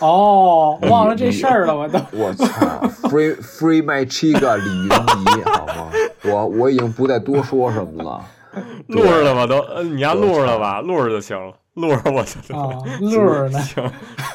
哦，忘了这事儿了，我都。 我操 ，Free My Chica 李云迪，好吗？我已经不再多说什么了。 录着了吧都，你丫录着了吧？录着就行了，录着我就录着呢。 行。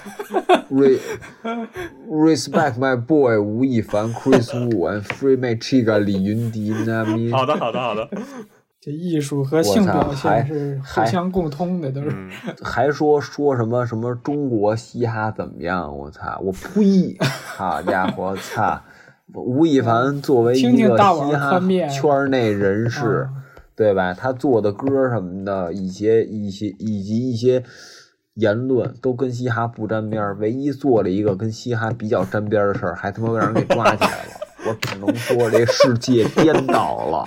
Respect my boy 吴亦凡 Chris Wu and Free My Chica 李云迪，那咪。 好的。 这艺术和性表现是互相共通的，都是。 还说什么中国嘻哈怎么样？我操！我呸！好家伙，操！吴亦凡作为一个嘻哈圈内人士，对吧？他做的歌什么的，以及一些言论都跟嘻哈不沾边，唯一做了一个跟嘻哈比较沾边的事儿，还他妈让人给抓起来了。我只能说，这世界颠倒了。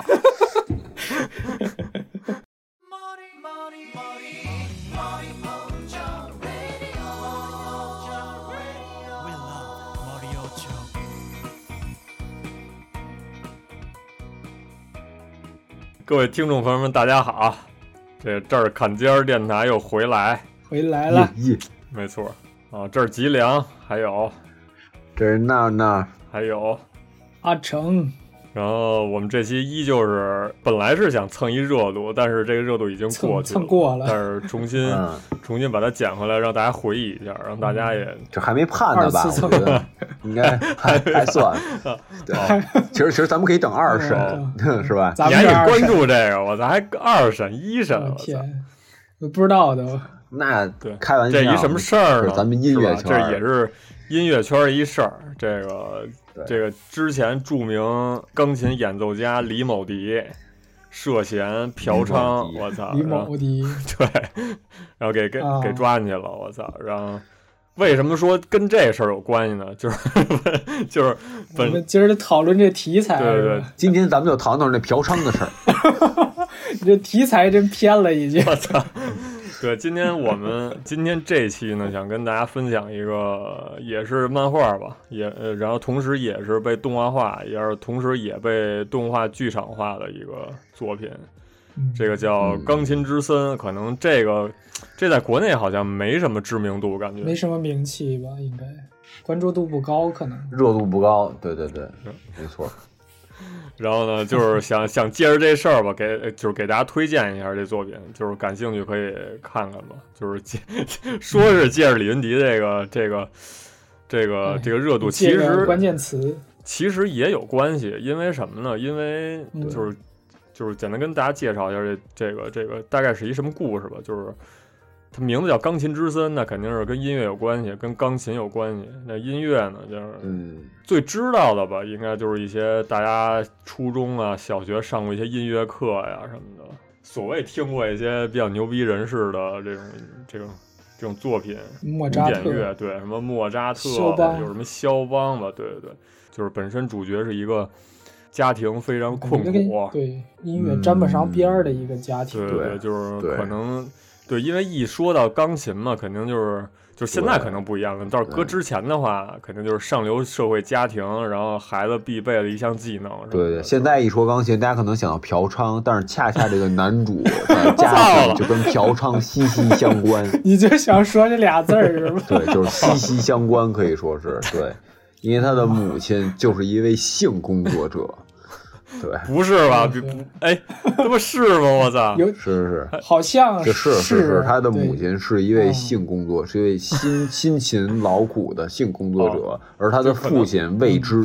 各位听众朋友们，大家好！这儿坎肩儿电台又回来了， 没错啊，这儿吉良，还有这是娜， 还有阿成。 然后我们这期依旧是本来是想蹭一热度，但是这个热度已经过去了， 蹭过了， 但是重新把它捡回来，让大家回忆一下，让大家也这还没判呢吧？我觉得应该还算。对，其实咱们可以等2审，是吧？ 你还得关注这个，我操，还2审1审， 天，不知道的。 那开玩笑， 这一什么事儿呢？ 咱们音乐圈， 这也是音乐圈一事儿。这个之前著名钢琴演奏家李某迪涉嫌嫖娼，我操！ 李某迪对，然后给抓进去了，我操！然后为什么说跟这事儿有关系呢？就是我们今儿讨论这题材， 对， 今天咱们就讨论那嫖娼的事儿。 你这题材真偏了，已经。 我操！对，今天这期呢，想跟大家分享一个也是漫画吧，然后同时也是被动画化，同时也被动画剧场化的一个作品。这个叫《钢琴之森》，可能这在国内好像没什么知名度，感觉没什么名气吧，应该关注度不高，可能热度不高。对，没错。 然后呢，就是想借着这事儿吧，给大家推荐一下这作品，就是感兴趣可以看看吧。就是说是借着李云迪这个热度，其实关键词其实也有关系，因为什么呢？因为就是简单跟大家介绍一下这个大概是一什么故事吧，就是。它名字叫钢琴之森，那肯定是跟音乐有关系，跟钢琴有关系。那音乐呢，就是最知道的吧，应该就是一些大家初中啊、小学上过一些音乐课呀什么的，所谓听过一些比较牛逼人士的这种作品， 莫扎特， 古典乐，对，什么莫扎特，有什么肖邦吧，对，就是本身主角是一个家庭非常困苦， 对，音乐沾不上边儿的一个家庭， 对，就是可能。对，因为一说到钢琴嘛，肯定就是现在可能不一样了。但是搁之前的话，肯定就是上流社会家庭，然后孩子必备的一项技能。 对，现在一说钢琴，大家可能想到嫖娼，但是恰恰这个男主的家庭就跟嫖娼息息相关。 你就想说这俩字儿是吧？ 对，就是息息相关，可以说是对，因为他的母亲就是一位性工作者。对， 不是吧？这不是吗？我操！ 是， 好像是，他的母亲是一位性工作，是一位辛勤劳苦的性工作者，而他的父亲未知。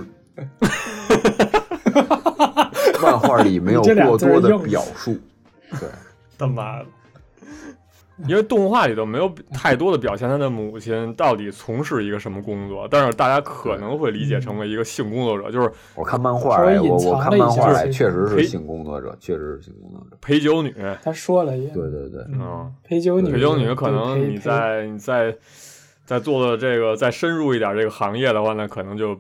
漫画里没有过多的表述。对， 他妈的！因为动画里头没有太多的表现他的母亲到底从事一个什么工作，但是大家可能会理解成为一个性工作者，就是我看漫画，我看漫画确实是性工作者，确实是性工作者， 陪酒女。 他说了也， 对， 陪酒女可能你在做的这个再深入一点这个行业的话呢，可能就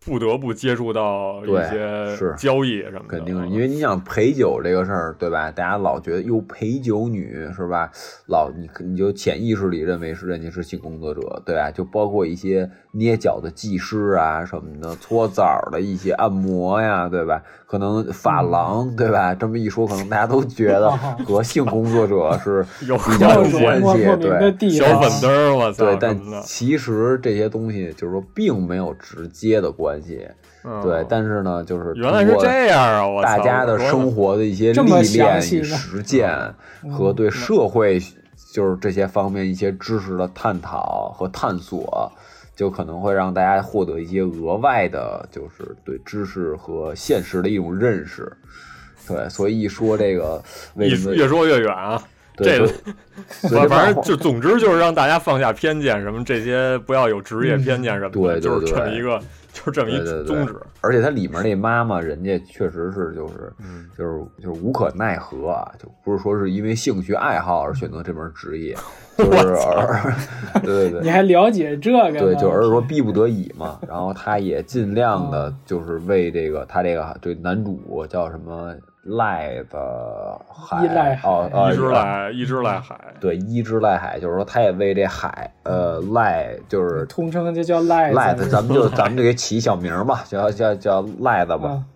不得不接触到一些交易什么的， 肯定是因为你想陪酒这个事儿，对吧？大家老觉得哟陪酒女是吧？你就潜意识里认为是人家是性工作者，对吧？就包括一些捏脚的技师啊什么的，搓澡的一些按摩呀，对吧？可能发廊，对吧？这么一说，可能大家都觉得和性工作者是比较有关系，对， 小粉灯，我操， 对，但其实这些东西就是说并没有直接的关系，对，但是呢，就是原来是这样啊！我大家的生活的一些历练与实践和对社会就是这些方面一些知识的探讨和探索，就可能会让大家获得一些额外的，就是对知识和现实的一种认识。对，所以一说这个，为什么越说越远啊？这个，反正就总之就是让大家放下偏见，什么这些不要有职业偏见什么的， 对， 就是这么一个，就是这么一宗旨。 而且它里面那妈妈，人家确实是就是无可奈何啊，就不是说是因为兴趣爱好而选择这门职业，就是对， 你还了解这个？ 对，就是说逼不得已嘛。然后他也尽量的，就是为这个他这个对男主叫什么？赖子海伊赖海一只赖海， 对，一只赖海，就是说他也为这海赖，就是通称就叫赖子，咱们就给起小名吧，叫赖子吧。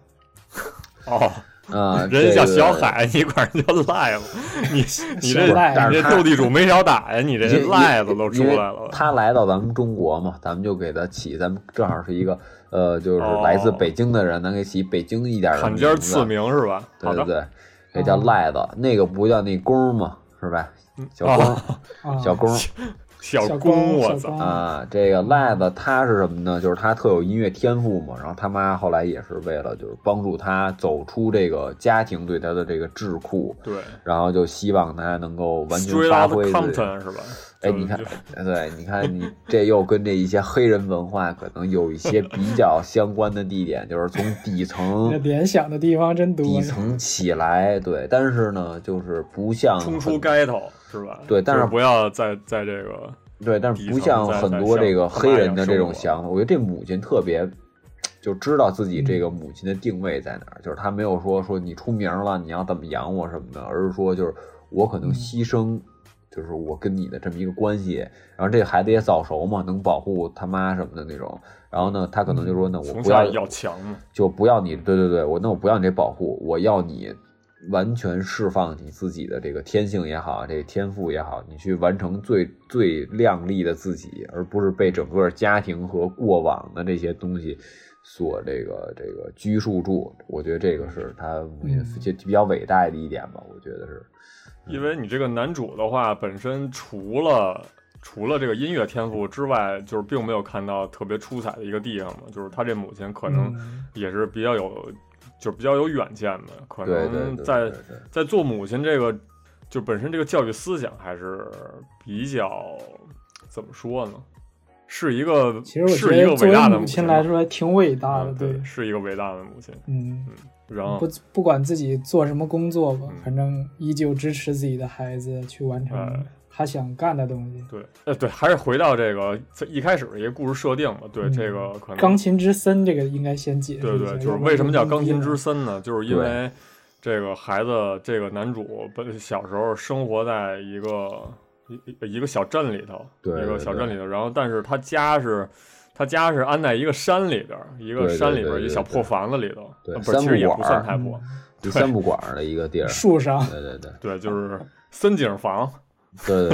人家叫小海，你管人叫赖子，你这斗地主没少打呀，你这赖子都出来了。 他来到咱们中国嘛，咱们就给他起，咱们正好是一个。就是来自北京的人，咱给起北京一点的坎肩赐名是吧？ 对，给叫赖子，那个不叫那公吗？是吧？小公， 小公，我操啊！这个赖子他是什么呢？就是他特有音乐天赋嘛，然后他妈后来也是为了就是帮助他走出这个家庭对他的这个桎梏， 对， 然后就希望他能够完全发挥自己， 是吧？ 哎，你看，对，你看，你这又跟这一些黑人文化可能有一些比较相关的地点，就是从底层联想的地方真多， 底层起来，对，但是呢，就是不像冲出街头是吧？ 对，但是不要在这个对，但是不像很多这个黑人的这种想法，我觉得这母亲特别就知道自己这个母亲的定位在哪儿，就是她没有说你出名了，你要怎么养我什么的，而是说就是我可能牺牲。就是我跟你的这么一个关系，然后这个孩子也早熟嘛，能保护他妈什么的那种。然后呢，他可能就说呢，我不要强嘛， 就不要你，对，我不要你这保护，我要你完全释放你自己的这个天性也好，这个天赋也好，你去完成最亮丽的自己，而不是被整个家庭和过往的这些东西所这个拘束住。我觉得这个是他比较伟大的一点吧，我觉得是。 因为你这个男主的话，本身除了这个音乐天赋之外，就是并没有看到特别出彩的一个地方嘛。就是他这母亲可能也是比较有远见的，可能在做母亲这个，就本身这个教育思想还是比较怎么说呢？是一个其实我觉得作为母亲来说还挺伟大的，对， 是一个伟大的母亲，然后不管自己做什么工作吧，反正依旧支持自己的孩子去完成他想干的东西。 对，还是回到这个一开始的一个故事设定了。对，这个可能钢琴之森这个应该先解释一下。 对，就是为什么叫钢琴之森呢？就是因为这个孩子，这个男主小时候生活在一个小镇里头， 对， 一个小镇里头，然后但是他家是安在一个山里边，一个一个小破房子里头，不是，其实也不算太破， 三不管的一个地儿， 树上， 对， 就是森景房， 对，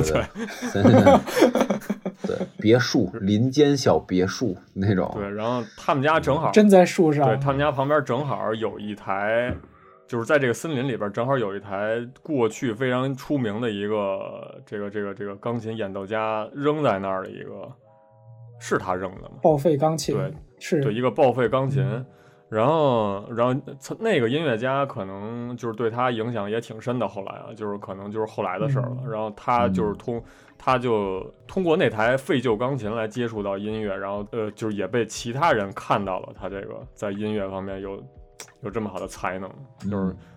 别墅，林间小别墅那种， 对，然后他们家正好真在树上， 对他们家旁边正好有一台。就是在这个森林里边，正好有一台过去非常出名的一个这个钢琴演奏家扔在那儿的一个，是他扔的吗？ 报废钢琴， 对， 是对一个报废钢琴，然后那个音乐家可能就是对他影响也挺深的。后来啊，就是可能就是后来的事儿了。然后他就是他就通过那台废旧钢琴来接触到音乐，然后就是也被其他人看到了他这个在音乐方面有这么好的才能，就是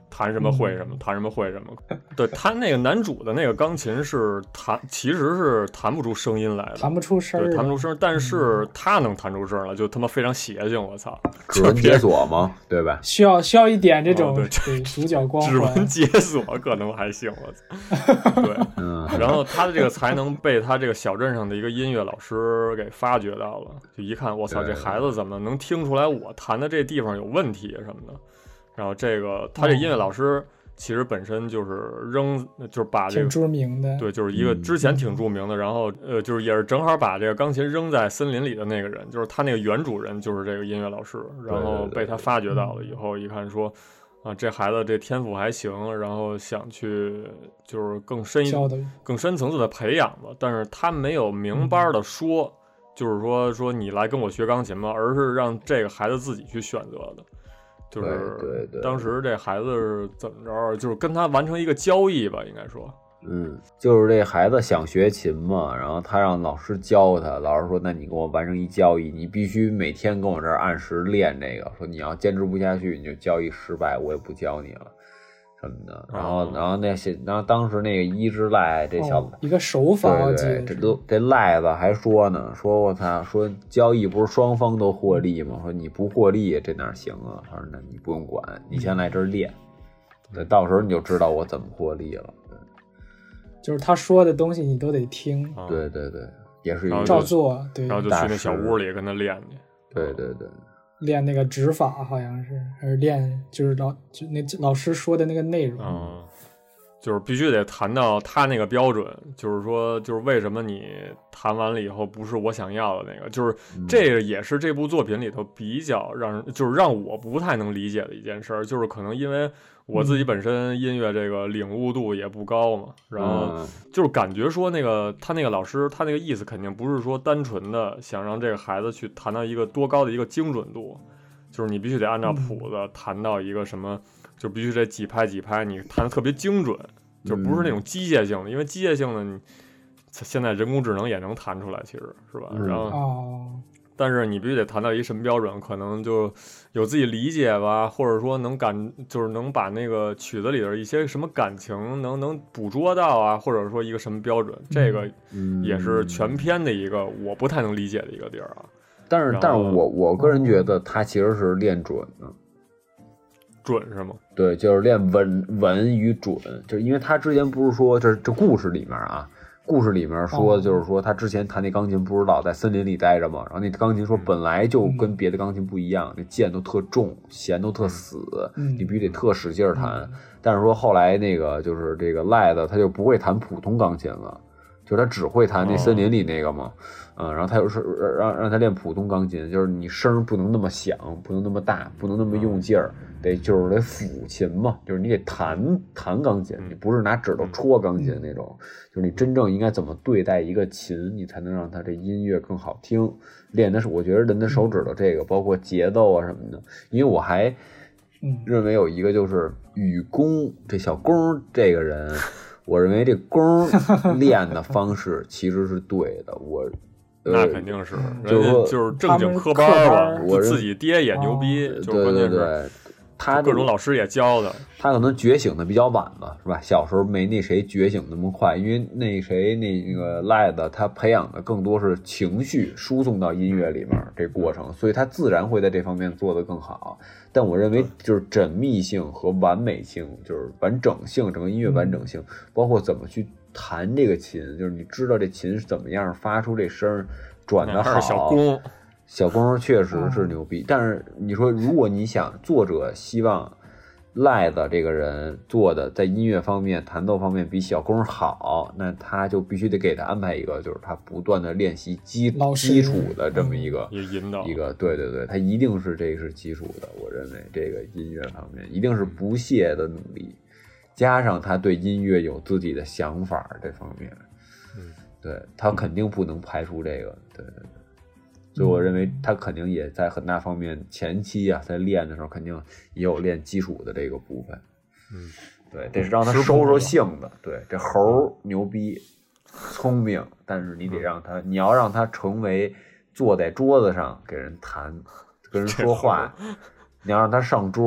弹什么会什么，弹什么会什么。对，他那个男主的那个钢琴是其实是弹不出声音来的， 弹不出声， 对，弹不出声，但是他能弹出声了，就他妈非常邪性，我操！ 指纹解锁嘛，对吧？ 需要一点这种对主角光环。 指纹解锁可能还行，我操！对，然后他的这个才能被他这个小镇上的一个音乐老师给发掘到了，就一看，我操，这孩子怎么能听出来我弹的这地方有问题什么的？然后这个他这音乐老师其实本身就是就是把这个挺著名的， 对，就是一个之前挺著名的，然后就是也是正好把这个钢琴扔在森林里的那个人，就是他那个原主人就是这个音乐老师，然后被他发掘到了以后，一看说啊，这孩子这天赋还行，然后想去就是更深层次的培养吧，但是他没有明白的说，就是说你来跟我学钢琴吧，而是让这个孩子自己去选择的。就是当时这孩子是怎么着，就是跟他完成一个交易吧，应该说， 就是这孩子想学琴嘛，然后他让老师教他，老师说那你跟我完成一交易，你必须每天跟我这儿按时练这个，说你要坚持不下去，你就交易失败，我也不教你了什么的。然后当时那个伊之濑这小一个手法， 对，这赖子还说呢，说我操，说交易不是双方都获利吗？说你不获利这哪行啊？他说那你不用管，你先来这儿练，对，到时候你就知道我怎么获利了。 就是他说的东西你都得听， 对，也是照做，对， 然后就去那小屋里跟他练去， 对， 练那个指法好像是，还是练就是那老师说的那个内容， 就是必须得弹到他那个标准，就是说，就是为什么你弹完了以后不是我想要的那个，就是这个也是这部作品里头比较让我不太能理解的一件事，就是可能因为我自己本身音乐这个领悟度也不高嘛，然后就是感觉说他那个老师他那个意思肯定不是说单纯的想让这个孩子去弹到一个多高的一个精准度，就是你必须得按照谱子弹到一个什么。就必须这几拍你弹得特别精准，就不是那种机械性的，因为机械性的你现在人工智能也能弹出来，其实是吧？然后，但是你必须得弹到一什么标准，可能就有自己理解吧，或者说就是能把那个曲子里的一些什么感情能捕捉到啊，或者说一个什么标准，这个也是全篇的一个我不太能理解的一个地儿啊。 但是我个人觉得他其实是练准的。 准是吗？ 对，就是练稳与准，就是因为他之前不是说这故事里面说就是说他之前弹那钢琴不是老在森林里待着嘛，然后那钢琴说本来就跟别的钢琴不一样，那键都特重，弦都特死，你必须得特使劲弹。但是说后来那个就是这个赖子他就不会弹普通钢琴了，就是他只会弹那森林里那个嘛，然后他又是让他练普通钢琴，就是你声不能那么响，不能那么大，不能那么用劲儿，就是得抚琴嘛，就是你得弹钢琴，你不是拿指头戳钢琴那种，就是你真正应该怎么对待一个琴，你才能让它这音乐更好听。练的是我觉得人的手指头这个包括节奏啊什么的，因为我还认为有一个就是雨宫这小宫这个人。我认为这弓练的方式其实是对的， 那肯定是，就是正经科班吧，我自己爹也牛逼，就关键是他各种老师也教的， 他可能觉醒的比较晚吧，是吧？小时候没那谁觉醒那么快，因为那个赖子他培养的更多是情绪输送到音乐里面这过程，所以他自然会在这方面做得更好。但我认为就是缜密性和完美性，就是完整性，整个音乐完整性，包括怎么去弹这个琴，就是你知道这琴是怎么样发出这声，转得好。小工确实是牛逼，但是你说，如果你想作者希望赖子这个人做的在音乐方面、弹奏方面比小工好，那他就必须得给他安排一个，就是他不断的练习基础的这么一个引导， 对，他一定是这个是基础的。我认为这个音乐方面一定是不懈的努力，加上他对音乐有自己的想法这方面，对他肯定不能排除这个，对。所以我认为他肯定也在很大方面前期啊，在练的时候肯定也有练基础的这个部分。对，这是让他收性的。对，这猴牛逼，聪明，但是你得让他，你要让他成为坐在桌子上给人弹，跟人说话，你要让他上桌，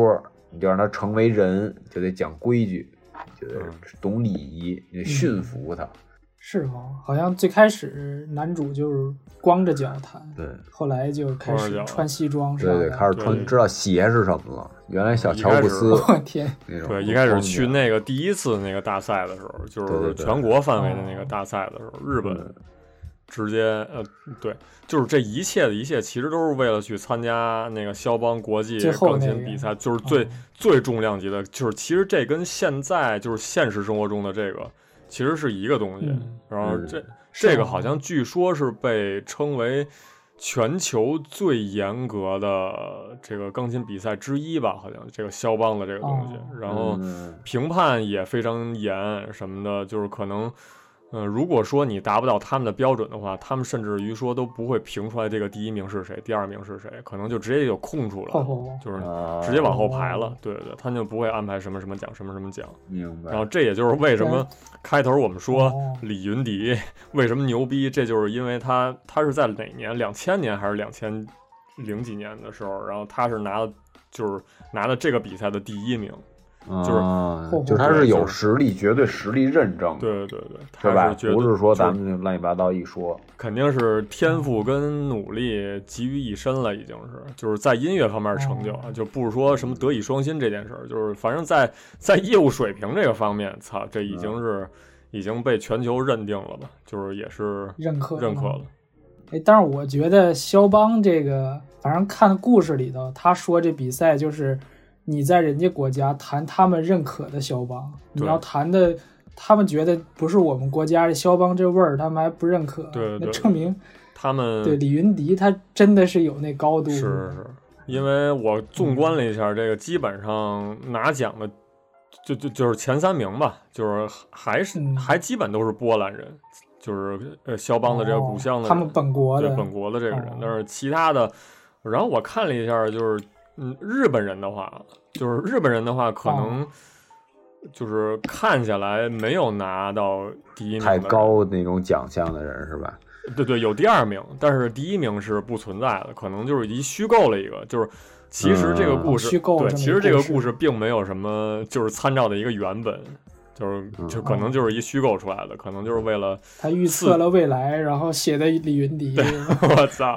你就让他成为人，就得讲规矩，就得懂礼仪，你得驯服他。 是吗？好像最开始男主就是光着脚弹， 对， 后来就开始穿西装，是吧？ 对，开始穿，知道鞋是什么了。原来小乔布斯， 我天， 对，一开始去那个第一次那个大赛的时候，就是全国范围的那个大赛的时候，日本直接对，就是这一切的一切，其实都是为了去参加那个肖邦国际钢琴比赛，就是最重量级的，就是其实这跟现在就是现实生活中的这个其实是一个东西。然后这个好像据说是被称为全球最严格的这个钢琴比赛之一吧，好像这个肖邦的这个东西，然后评判也非常严什么的，就是可能如果说你达不到他们的标准的话，他们甚至于说都不会评出来这个第一名是谁，第二名是谁，可能就直接有空出了，就是直接往后排了。对，他就不会安排什么什么奖，什么什么奖。 明白。 然后这也就是为什么开头我们说李云迪为什么牛逼，这就是因为他是在哪年，2000年还是2000几年的时候，然后他是拿了这个比赛的第一名。 就是他是有实力，绝对实力认证。 对， 是吧？不是说咱们乱七八糟一说， 肯定是天赋跟努力集于一身了，已经就是在音乐方面成就就不是说什么德艺双馨这件事，就是反正在业务水平这个方面，这已经被全球认定了吧，就是也是认可了。 但是我觉得肖邦这个，反正看故事里头，他说这比赛就是你在人家国家弹他们认可的肖邦，你要弹的他们觉得不是我们国家的肖邦这味儿，他们还不认可。 对， 那证明他们对李云迪他真的是有那高度。 是，因为我纵观了一下这个，基本上拿奖的就是前3名吧，就是还基本都是波兰人，就是肖邦的这个故乡的人， 他们本国的这个人，但是其他的，然后我看了一下，就是日本人的话可能就是看下来没有拿到第一名太高那种奖项的人是吧？ 对，有第2名，但是第1名是不存在的，可能就是虚构了一个，就是其实这个故事，对，其实这个故事并没有什么就是参照的一个原本，就可能就是一虚构出来的，可能就是为了他预测了未来，然后写的李云迪。 我操！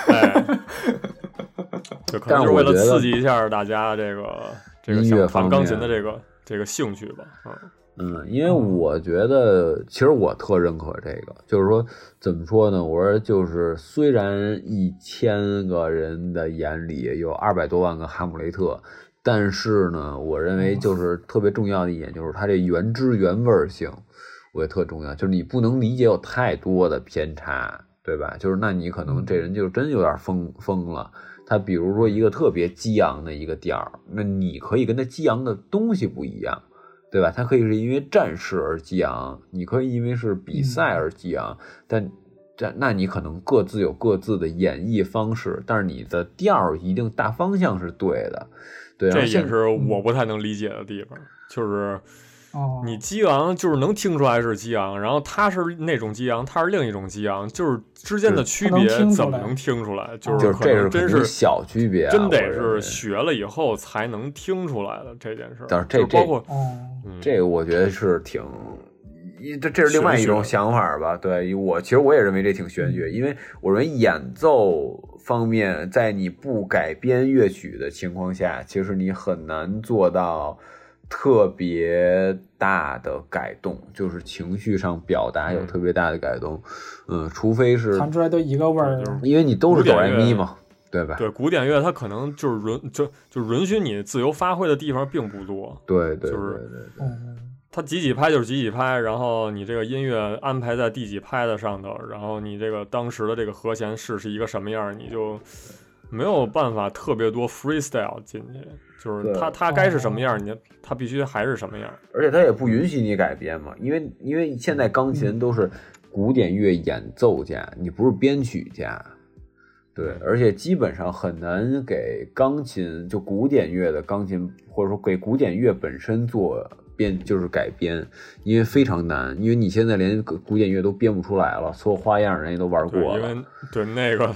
就可能就是为了刺激一下大家这个想弹钢琴的这个兴趣吧。 因为我觉得其实我特认可这个，就是说怎么说呢，我说就是虽然1000个人的眼里有200多万个哈姆雷特，但是呢我认为就是特别重要的一点就是它这原汁原味性我也特重要，就是你不能理解有太多的偏差，对吧？就是那你可能这人就真有点疯了，他比如说一个特别激昂的一个调，那你可以跟他激昂的东西不一样，对吧？他可以是因为战士而激昂，你可以因为是比赛而激昂，那你可能各自有各自的演绎方式，但是你的调一定大方向是对的。对， 这也是我不太能理解的地方，就是你激昂就是能听出来是激昂，然后他是那种激昂，他是另一种激昂，就是之间的区别怎么能听出来？就是可能真是小区别， 真得是学了以后才能听出来的这件事。 但是这包括这个我觉得是挺，这是另外一种想法吧。对，其实我也认为这挺玄学，因为我认为演奏方面，在你不改编乐曲的情况下，其实你很难做到特别大的改动，就是情绪上表达有特别大的改动。除非是弹出来都一个味儿， 因为你都是哆来咪嘛，对吧？ 对，古典乐它可能就是就允许你自由发挥的地方并不多。 对， 就是它几拍就是几拍，然后你这个音乐安排在第几拍的上头，然后你这个当时的这个和弦是一个什么样，你就没有办法特别多 freestyle 进去，就是它该是什么样，它必须还是什么样， 而且它也不允许你改编嘛，因为现在钢琴都是古典乐演奏家，你不是编曲家。对，而且基本上很难给钢琴，就古典乐的钢琴，或者说给古典乐本身做就是改编，因为非常难，因为你现在连古典乐都编不出来了，所有花样人家都玩过了。 因为对那个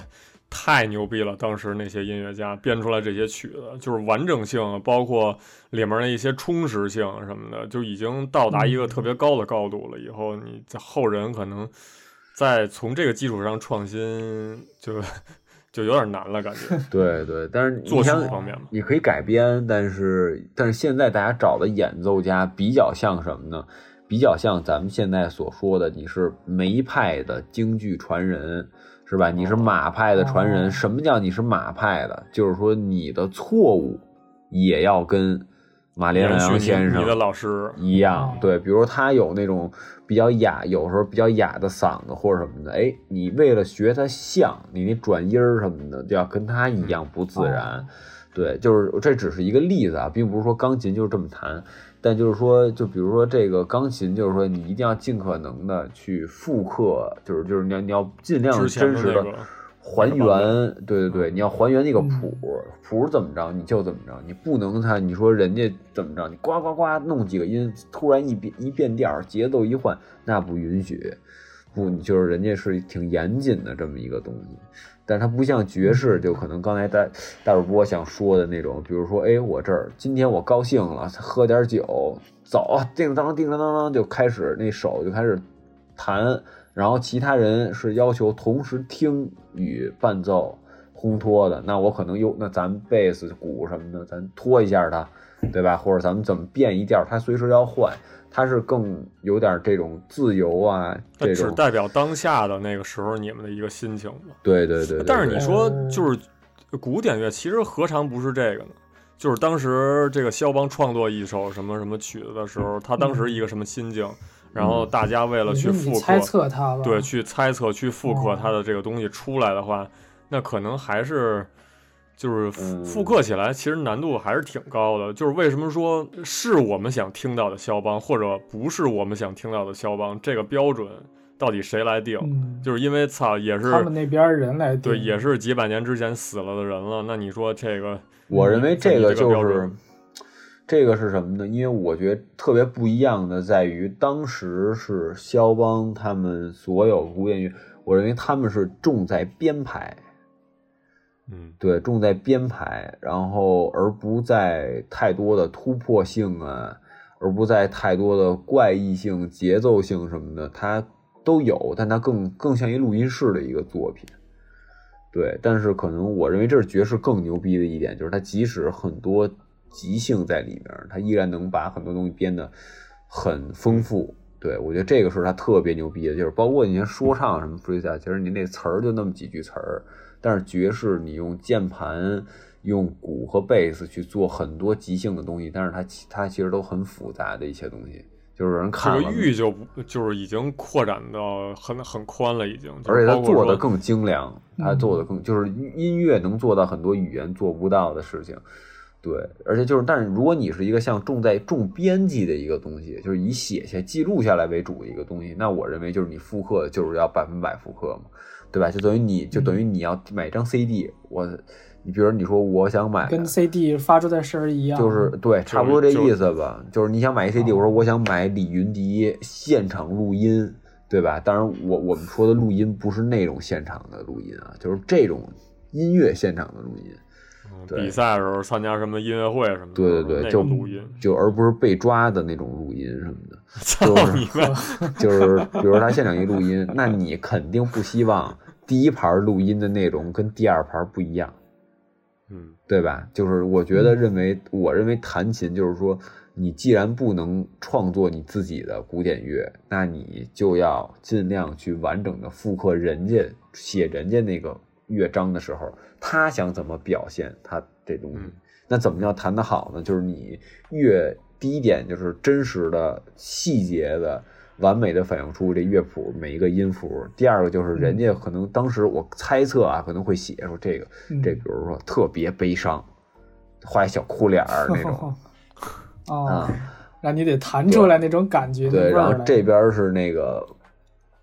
太牛逼了，当时那些音乐家编出来这些曲子，就是完整性，包括里面的一些充实性什么的，就已经到达一个特别高的高度了。以后你在后人可能再从这个基础上创新，就有点难了，感觉。 对对，但是作曲方面嘛， 你可以改编，但是现在大家找的演奏家比较像什么呢？比较像咱们现在所说的，你是梅派的京剧传人，是吧？你是马派的传人。什么叫你是马派的？就是说你的错误也要跟马连良先生你的老师一样。对，比如他有那种比较哑，有时候比较哑的嗓子或者什么的，哎，你为了学他像，你那转音什么的就要跟他一样不自然。对，就是这只是一个例子啊，并不是说钢琴就是这么弹。但就是说，就比如说这个钢琴，就是说你一定要尽可能的去复刻，就是你要尽量真实的还原，对，你要还原那个谱怎么着你就怎么着，你不能你说人家怎么着，你呱呱呱弄几个音，突然一变调，节奏一换，那不允许，不，就是人家是挺严谨的这么一个东西。但它不像爵士，就可能刚才大主播想说的那种，比如说，哎，我这儿今天我高兴了，喝点酒，走，叮当叮当当就开始那手就开始弹，然后其他人是要求同时听与伴奏烘托的，那我可能那咱贝斯鼓什么的，咱拖一下它，对吧？或者咱们怎么变一调，它随时要换。它是更有点这种自由啊，这种只代表当下的那个时候你们的一个心情嘛。 对。 但是你说就是古典乐，其实何尝不是这个呢？就是当时这个肖邦创作一首什么什么曲子的时候，他当时一个什么心境，然后大家为了去复刻， 猜测他吧， 对，去猜测、去复刻他的这个东西出来的话，那可能还是。就是复刻起来其实难度还是挺高的，就是为什么说是我们想听到的肖邦或者不是我们想听到的肖邦，这个标准到底谁来定？就是因为也是他们那边人来定， 对，也是几百年之前死了的人了，那你说这个， 我认为这个就是这个是什么呢？因为我觉得特别不一样的在于，当时是肖邦他们所有古典乐，我认为他们是重在编排。对，重在编排，然后而不在太多的突破性啊，而不在太多的怪异性、节奏性什么的，它都有，但它更像一录音室的一个作品。对，但是可能我认为这是爵士更牛逼的一点，就是它即使很多即兴在里面，它依然能把很多东西编得很丰富。对，我觉得这个是它特别牛逼的，就是包括你像说唱什么 freestyle， 其实你那词儿就那么几句词儿。但是爵士你用键盘、用鼓和贝斯去做很多即兴的东西，但是它其实都很复杂的一些东西，就是人看了这个域就是已经扩展到很宽了，已经， 而且它做的更精良，它做的更就是音乐能做到很多语言做不到的事情。对，而且就是，但是如果你是一个像重编辑的一个东西，就是以写下记录下来为主的一个东西，那我认为就是你复刻就是要100%复刻嘛。对吧？就等于你要买张 CD，你比如你说我想买， 跟 CD 发出的声儿一样， 就是对，差不多这意思吧。就是你想买 CD，我说我想买李云迪现场录音，对吧？当然我们说的录音不是那种现场的录音啊，就是这种音乐现场的录音。 比赛的时候参加什么音乐会什么的， 对， 就录音， 就而不是被抓的那种录音什么的。就是比如他现场一录音，那你肯定不希望第一盘录音的内容跟第二盘不一样，对吧？就是我认为弹琴就是说，你既然不能创作你自己的古典乐，那你就要尽量去完整的复刻人家写人家那个乐章的时候，他想怎么表现他这东西。那怎么叫弹得好呢？就是你第一点就是真实的、细节的、完美的反映出这乐谱每一个音符。第二个就是人家可能当时我猜测啊，可能会写说这比如说特别悲伤，画一小哭脸那种让你得弹出来那种感觉。 对，然后这边是那个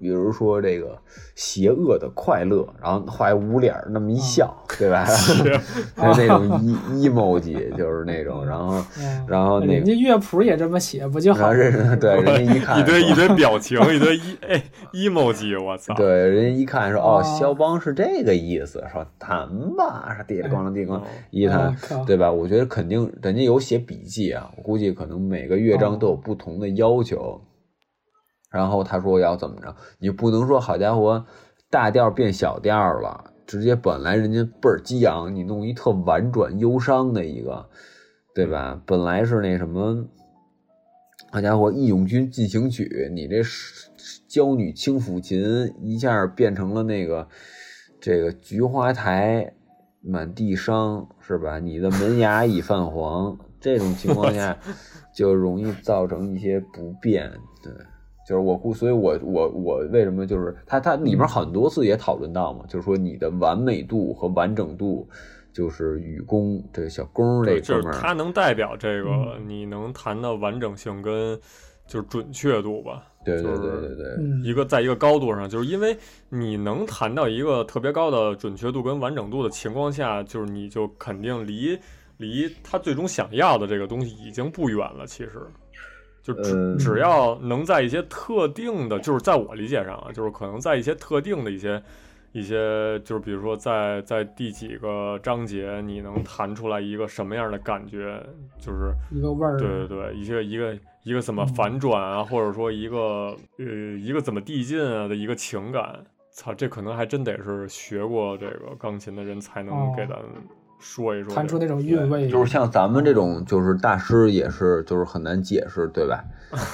比如说这个邪恶的快乐，然后画一捂脸那么一笑，对吧？就是那种emoji，就是那种，然后那个人家乐谱也这么写不就好？ 对，人家一看一堆表情，一堆emoji， 我操！ 对，人家一看说肖邦是这个意思，说弹吧，说地咣啷地咣一弹，对吧？我觉得肯定人家有写笔记啊，我估计可能每个乐章都有不同的要求。然后他说要怎么着，你不能说好家伙大调变小调了，直接本来人家倍儿激昂，你弄一特婉转忧伤的一个，对吧？本来是那什么好家伙义勇军进行曲，你这娇女轻抚琴一下变成了那个这个菊花台满地伤，是吧？你的门牙已泛黄，这种情况下就容易造成一些不便，对。就是所以我为什么就是它里面很多次也讨论到嘛，就是说你的完美度和完整度，就是雨宫这个小弓这哥们儿， 就是它能代表这个你能弹的完整性跟就是准确度吧。 对， 一个在一个高度上，就是因为你能弹到一个特别高的准确度跟完整度的情况下，就是你就肯定离他最终想要的这个东西已经不远了，其实。就只要能在一些特定的，就是在我理解上啊，就是可能在一些特定的一些，就是比如说在第几个章节，你能弹出来一个什么样的感觉，就是一个味儿， 对，一个怎么反转啊，或者说一个怎么递进啊的一个情感，操，这可能还真得是学过这个钢琴的人才能给咱说一说， 弹出那种韵味， 就是像咱们这种就是大师也是就是很难解释，对吧？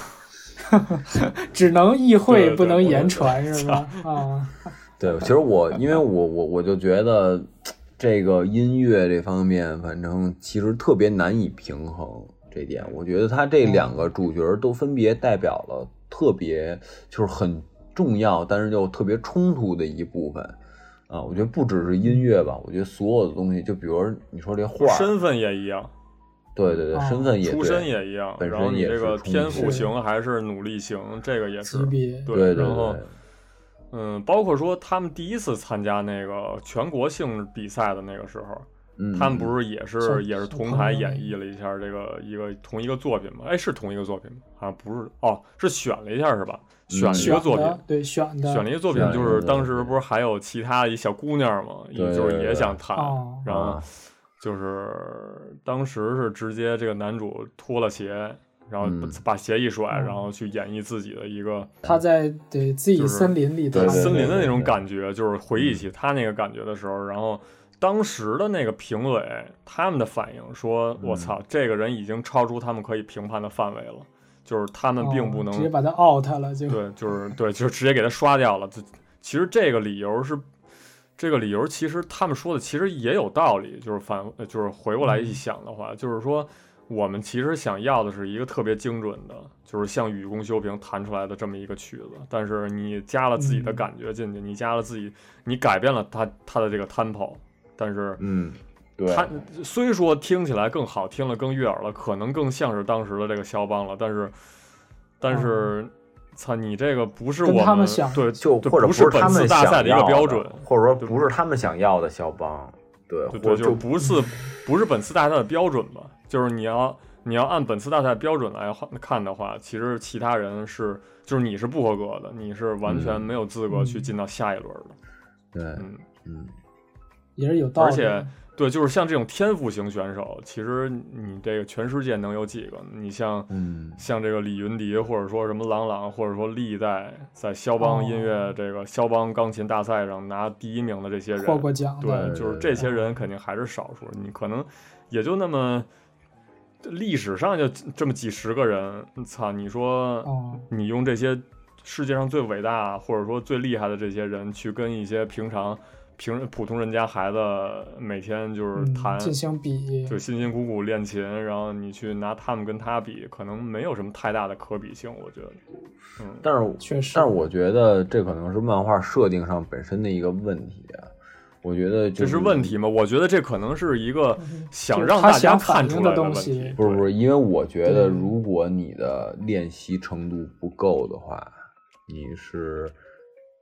只能意会不能言传，是吧？ 对，其实因为我就觉得这个音乐这方面，反正其实特别难以平衡这点。我觉得他这两个主角都分别代表了特别就是很重要，但是又特别冲突的一部分。我觉得不只是音乐吧，我觉得所有的东西，就比如你说这画， 身份也一样， 对，身份也出身也一样，然后你这个天赋型还是努力型，这个也是对，然后包括说他们第一次参加那个全国性比赛的那个时候，他们不是也是同台演绎了一下这个同一个作品吗？哎，是同一个作品吗？好像不是，是选了一下是吧？选了一个作品， 对，选了一个作品，就是当时不是还有其他一小姑娘嘛，就是也想弹，然后就是当时是直接这个男主脱了鞋，然后把鞋一甩，然后去演绎自己的一个他在自己森林里对森林的那种感觉，就是回忆起他那个感觉的时候，然后当时的那个评委他们的反应说：“我操，这个人已经超出他们可以评判的范围了。”就是他们并不能直接把他 out 了， 就直接给他刷掉了。其实这个理由其实他们说的其实也有道理，就是回过来一想的话，就是说我们其实想要的是一个特别精准的，就是像雨宫修平弹出来的这么一个曲子，但是你加了自己的感觉进去，你加了自己，你改变了他的这个 tempo， 但是对， 它虽说听起来更好听了，更悦耳了，可能更像是当时的这个肖邦了，但是，操，你这个不是我们对， 就或者不是本次大赛的一个标准， 或者说不是他们想要的肖邦，对， 就不是本次大赛的标准吧？就是你要按本次大赛标准来看的话，其实其他人就是你是不合格的，你是完全没有资格去进到下一轮的。 对， 也是有道理。 而且，对，就是像这种天赋型选手，其实你这个全世界能有几个？你像这个李云迪，或者说什么郎朗，或者说历代在肖邦音乐这个肖邦钢琴大赛上拿第一名的这些人， 获过奖的，对，就是这些人肯定还是少数，你可能也就那么。历史上就这么几十个人，操！你说你用这些世界上最伟大或者说最厉害的这些人去跟一些普通人家孩子每天就是弹进行比， 就辛辛苦苦练琴，然后你去拿他们跟他比，可能没有什么太大的可比性，我觉得。 但是我觉得这可能是漫画设定上本身的一个问题啊。我觉得这是问题吗？我觉得这可能是一个想让大家看出来的问题。 不是，因为我觉得如果你的练习程度不够的话，你是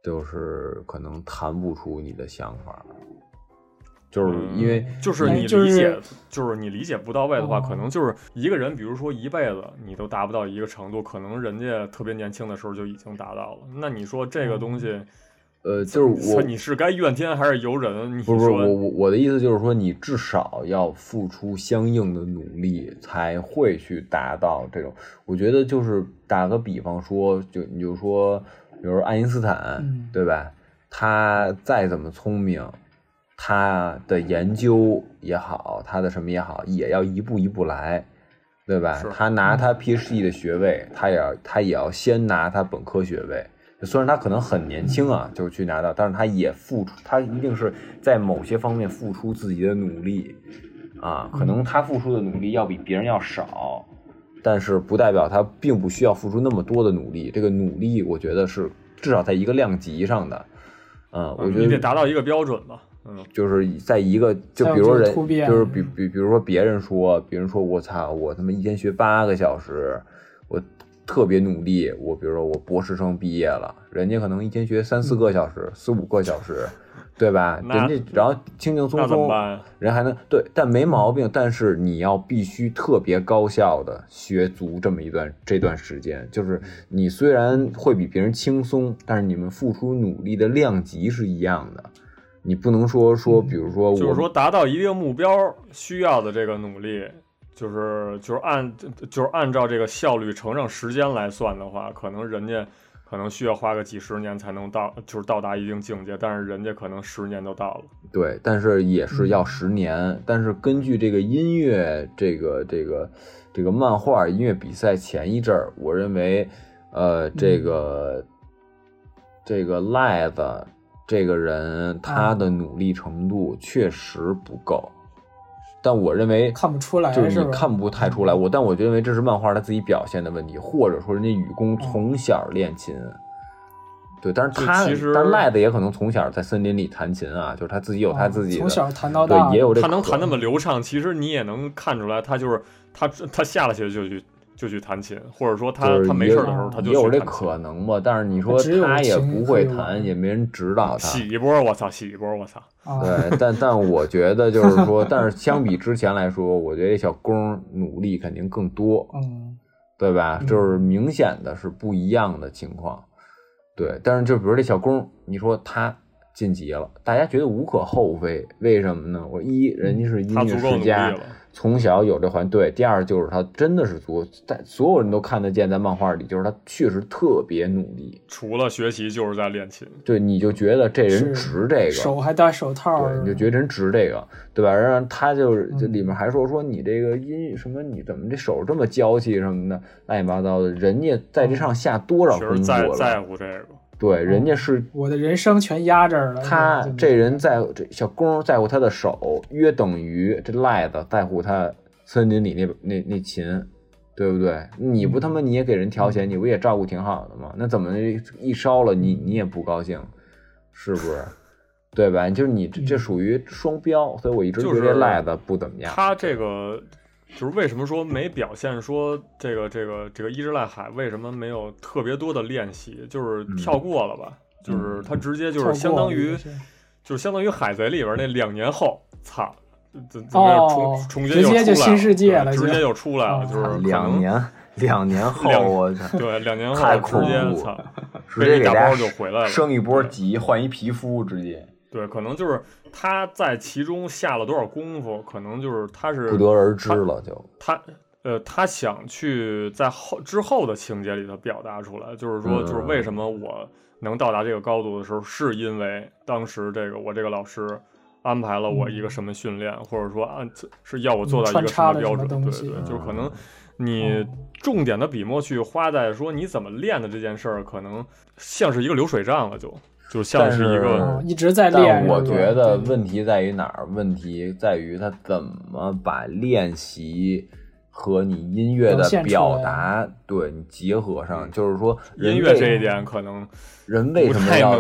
就是可能弹不出你的想法。就是因为就是你理解，就是你理解不到位的话，可能就是一个人，比如说一辈子你都达不到一个程度，可能人家特别年轻的时候就已经达到了。那你说这个东西，就是你是该怨天还是尤人？你说不是我的意思就是说，你至少要付出相应的努力，才会去达到这种。我觉得就是打个比方说，你就说，比如说爱因斯坦，对吧？他再怎么聪明。他的研究也好，他的什么也好，也要一步一步来，对吧？他拿他 PhD 的学位，他也要先拿他本科学位。虽然他可能很年轻啊，就去拿到，但是他也付出，他一定是在某些方面付出自己的努力啊。可能他付出的努力要比别人要少，但是不代表他并不需要付出那么多的努力。这个努力，我觉得是至少在一个量级上的。我觉得你得达到一个标准吧。 就是在一个，就比如说人，就是比如说别人说我操，我他妈一天学8个小时，我特别努力，我比如说我博士生毕业了，人家可能一天学3、4个小时，4、5个小时，对吧？人家然后轻轻松松，人还能对，但没毛病。但是你要必须特别高效的学足这段时间，就是你虽然会比别人轻松，但是你们付出努力的量级是一样的。你不能说，比如说就是说达到一定目标需要的这个努力，就是按照这个效率乘上时间来算的话，可能人家可能需要花个几十年才能到达一定境界，但是人家可能10年都到了。 对，但是也是要10年。但是根据这个音乐这个漫画音乐比赛前一阵儿，我认为这个赖子。这个人他的努力程度确实不够，但我认为看不出来， 就是你看不太出来。但我认为这是漫画他自己表现的问题，或者说人家雨宫从小练琴，对，但是但赖子也可能从小在森林里弹琴啊，就是他自己有他自己的， 从小弹到大， 对，也有这他能弹那么流畅，其实你也能看出来，他就是他下了学就去弹琴，或者说他没事的时候他就去弹琴， 也有这可能吧。但是你说他也不会弹，也没人指导他。 洗一波，我操！ 对，但我觉得就是说，但是相比之前来说，我觉得小公努力肯定更多，对吧？就是明显的是不一样的情况。对，但是就比如这小公，你说他晋级了，大家觉得无可厚非，为什么呢？人家是音乐世家。从小有这环对，第二就是他真的是在所有人都看得见，在漫画里就是他确实特别努力， 除了学习就是在练琴。 对，你就觉得这人值这个， 手还戴手套， 对，你就觉得这人值这个，对吧？然后他就里面还说你这个什么，你怎么这手这么娇气什么的，乱七八糟的，人家在这上下多少功夫了， 在乎这个。 对，人家是我的人生全压这儿了。 他这人在乎这小公在乎他的手，约等于这赖子在乎他森林里那琴，对不对？你不他妈你也给人调弦，你不也照顾挺好的吗？那怎么一烧了你也不高兴，是不是？对吧？就是你这属于双标，所以我一直觉得这赖子不怎么样。 他这个。就是为什么说没表现说这个伊之濑海为什么没有特别多的练习，就是跳过了吧？就是他直接就是相当于海贼里边那2年后，操，怎么重新直接就新世界了， 直接就出来了，就是 2年后，我操， 对，2年后太恐怖， 操， 直接给大包就回来了， 升一波级，换一皮肤，直接。 对，可能就是他在其中下了多少功夫，可能就是他是不得而知了，就他想去在之后的情节里头表达出来，就是说，就是为什么我能到达这个高度的时候，是因为当时我这个老师安排了我一个什么训练，或者说是要我做到一个什么标准，对，就是可能你重点的笔墨去花在说你怎么练的这件事儿，可能像是一个流水账了，就像是一个一直在练。 但我觉得问题在于哪儿？问题在于他怎么把练习和你音乐的表达对你结合上。就是说， 音乐这一点可能人为什么要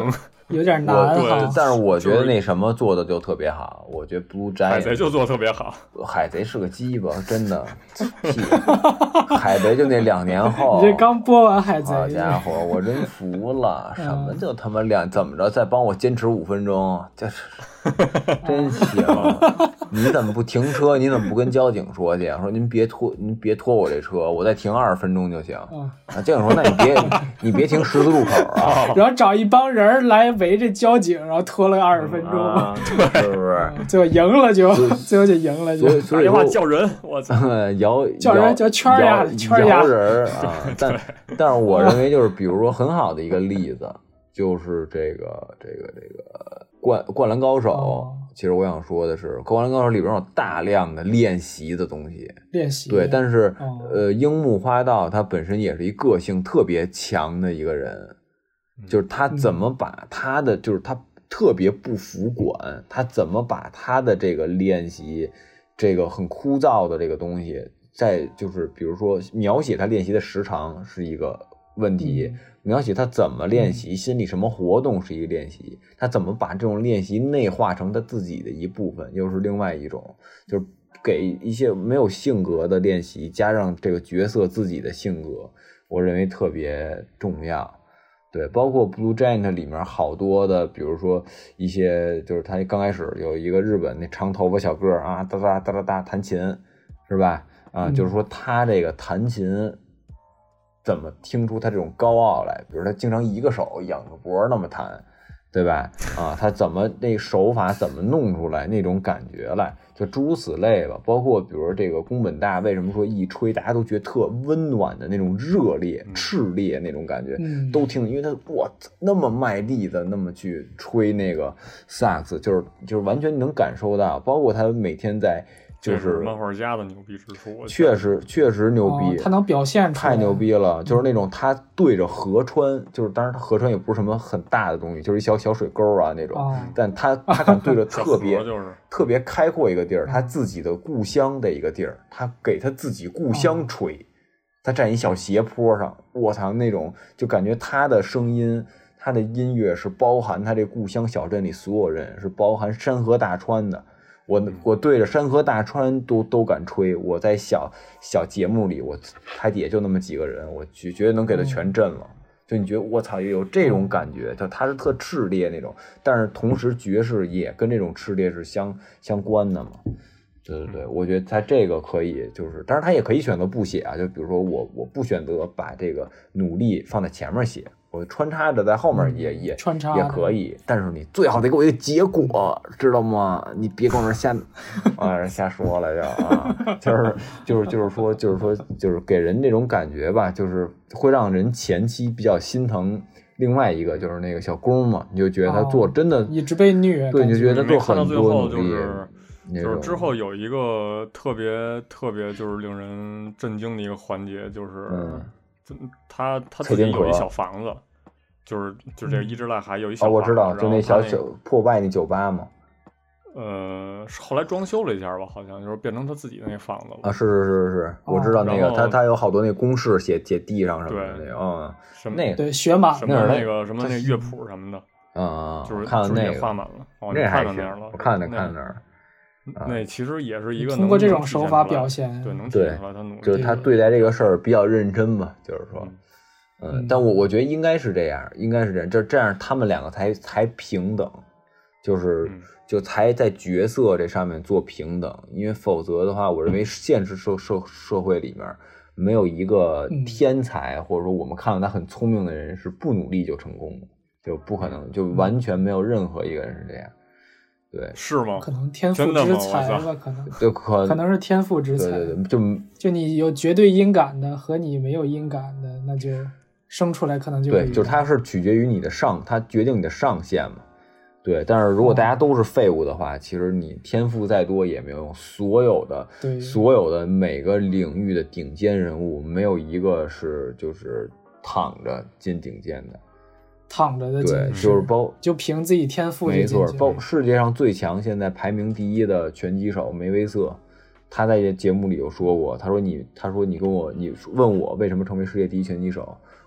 有点难哈。 但是我觉得那什么做的就特别好，我觉得 Blue Giant 海贼就做的特别好。 海贼是个鸡巴，真的屁。海贼就那2年后， 你这刚播完海贼， 好家伙，我真服了。什么就他妈怎么着？再帮我坚持5分钟，这是真行。你怎么不停车？你怎么不跟交警说去？说您别拖我这车，我再停20分钟就行。交警说那你别停十字路口啊。 然后找一帮人来围着交警，然后拖了20分钟， 是不是？ 最后赢了最后就赢了就。 所以话叫人，我操， 叫人叫圈压人啊。但是我认为就是比如说很好的一个例子，就是这个灌篮高手。其实我想说的是，灌篮高手里边有大量的练习的东西。 练习对，但是樱木花道他本身也是一个性特别强的一个人，就是他怎么把他的就是他特别不服管，他怎么把他的这个练习这个很枯燥的这个东西，在就是比如说描写他练习的时长是一个问题。描写他怎么练习，心里什么活动是一个练习，他怎么把这种练习内化成他自己的一部分，又是另外一种，就是给一些没有性格的练习加上这个角色自己的性格，我认为特别重要。对，包括 Blue Giant 里面好多的，比如说一些就是他刚开始有一个日本那长头发小个啊，哒哒哒哒哒弹琴，是吧？就是说他这个弹琴怎么听出他这种高傲来？比如他经常一个手仰着脖那么弹，对吧？他怎么那手法怎么弄出来那种感觉来？就诸如此类吧。包括比如说这个宫本大为什么说一吹大家都觉得特温暖的那种热烈、炽烈那种感觉，都听，因为他那么卖力的那么去吹那个萨克斯，就是完全能感受到。包括他每天在。就是漫画家的牛逼之处， 确实牛逼， 他能表现出来， 太牛逼了。就是那种他对着河川，就是当然他河川也不是什么很大的东西，就是一小水沟啊那种，但他敢对着特别开阔一个地儿，他自己的故乡的一个地儿，他给他自己故乡吹，他站一小斜坡上，我操，那种就感觉他的声音。他的音乐是包含他这故乡小镇里所有人，是包含山河大川的。我对着山河大川都敢吹，我在小节目里，我台底下就那么几个人，我觉得能给他全震了。就你觉得我操有这种感觉，就他是特炽烈那种，但是同时爵士也跟这种炽烈是相关的嘛。对，我觉得他这个可以，就是当然他也可以选择不写啊，就比如说我不选择把这个努力放在前面写，我穿插着在后面也穿插也可以，但是你最好得给我一个结果，知道吗？你别跟我瞎瞎说了就是说就是给人这种感觉吧，就是会让人前期比较心疼。另外一个就是那个小公嘛，你就觉得他做真的一直被虐， 对，你就觉得他做很多努力。 就是之后有一个特别就是令人震惊的一个环节，就是他自己有一小房子，就这个伊之濑海有一小房子， 我知道，就那小破败那酒吧嘛。 后来装修了一下吧，好像就是变成他自己的那房子了。 是，我知道那个，他有好多那公式写地上什么的那个， 什么那个对雪马什么那个什么那乐谱什么的，就是看了那个画满了， 那看到那样了， 我看那儿。 那其实也是一个通过这种手法表现， 对，能体现出来他努力， 就是他对待这个事儿比较认真吧，就是说，但我觉得应该是这样，这样他们两个才平等，就才在角色这上面做平等，因为否则的话，我认为现实社会里面没有一个天才，或者说我们看到他很聪明的人是不努力就成功的，就不可能，就完全没有任何一个人是这样。对， 是吗？ 可能天赋之才吧，可能对， 可能是天赋之才。 对， 就你有绝对音感的和你没有音感的，那就生出来可能就对，就是它是取决于你的它决定你的上限嘛。对，但是如果大家都是废物的话，其实你天赋再多也没有用。所有的每个领域的顶尖人物，没有一个是就是躺着进顶尖的。 躺着的对， 就凭自己天赋， 没错。世界上最强现在排名第1的拳击手梅威瑟，他在节目里有说过，他说你问我为什么成为世界第1拳击手，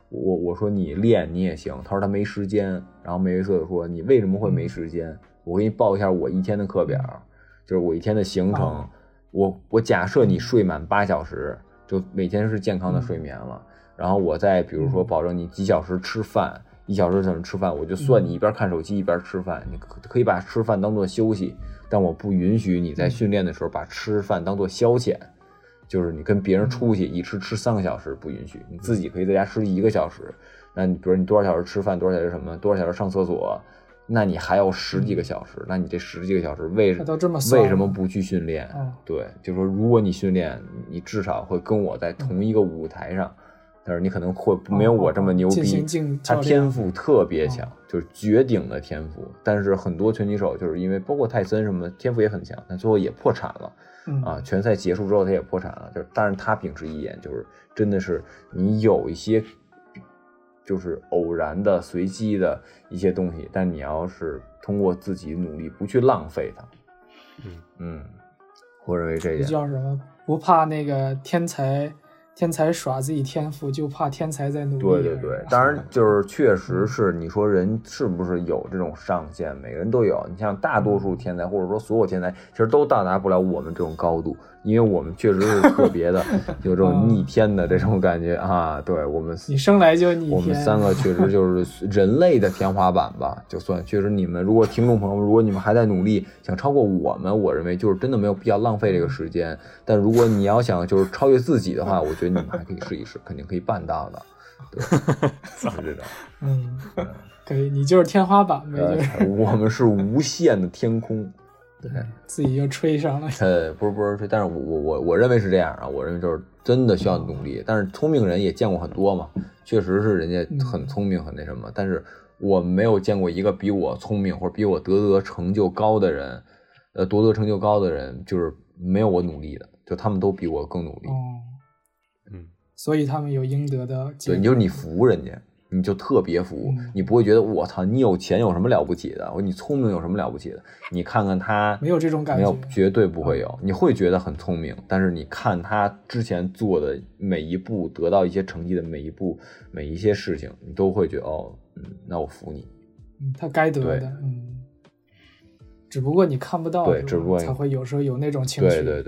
我说你练你也行，他说他没时间，然后梅维瑟就说你为什么会没时间？我给你报一下我一天的课表，就是我一天的行程。我假设你睡满8小时，就每天是健康的睡眠了。然后我再比如说保证你几小时吃饭，1小时怎么吃饭，我就算你一边看手机一边吃饭，你可以把吃饭当做休息，但我不允许你在训练的时候把吃饭当做消遣。就是你跟别人出去一吃3个小时不允许，你自己可以在家吃1个小时。那你比如你多少小时吃饭，多少小时什么，多少小时上厕所，那你还要10几个小时。那你这10几个小时为什么不去训练？对，就是说如果你训练，你至少会跟我在同一个舞台上，但是你可能会没有我这么牛逼。他天赋特别强，就是绝顶的天赋。但是很多拳击手就是因为包括泰森什么天赋也很强，但最后也破产了。拳赛结束之后他也破产了，但是他秉持一点，就是真的是你有一些就是偶然的随机的一些东西，但你要是通过自己努力不去浪费它。我认为这一点叫什么，不怕那个天才耍自己天赋，就怕天才在努力。 对，当然就是确实是你说人是不是有这种上限，每个人都有。你像大多数天才或者说所有天才其实都到达不了我们这种高度，因为我们确实是特别的有这种逆天的这种感觉啊。对，我们你生来就逆天， 我们3个确实就是人类的天花板吧。就算确实你们如果听众朋友们，如果你们还在努力想超过我们，我认为就是真的没有必要浪费这个时间。但如果你要想就是超越自己的话，我觉得你们还可以试一试，肯定可以办到的。对，是这种。 可以，你就是天花板呗。 我们是无限的天空。对， 自己又吹上了。 不是吹，但是我认为是这样啊，我认为就是真的需要努力。但是聪明人也见过很多嘛，确实是人家很聪明很那什么，但是我没有见过一个比我聪明或者比我得成就高的人，夺得成就高的人就是没有我努力的，就他们都比我更努力。 所以他们有应得的。 对，就是你服人家，你就特别服，你不会觉得我操，你有钱有什么了不起的，你聪明有什么了不起的？你看看他， 没有这种感觉， 没有，绝对不会有。你会觉得很聪明，但是你看他之前做的每一步，得到一些成绩的每一步，每一些事情，你都会觉得那我服你。 他该得的，只不过你看不到， 对，只不过才会有时候有那种情绪。 对。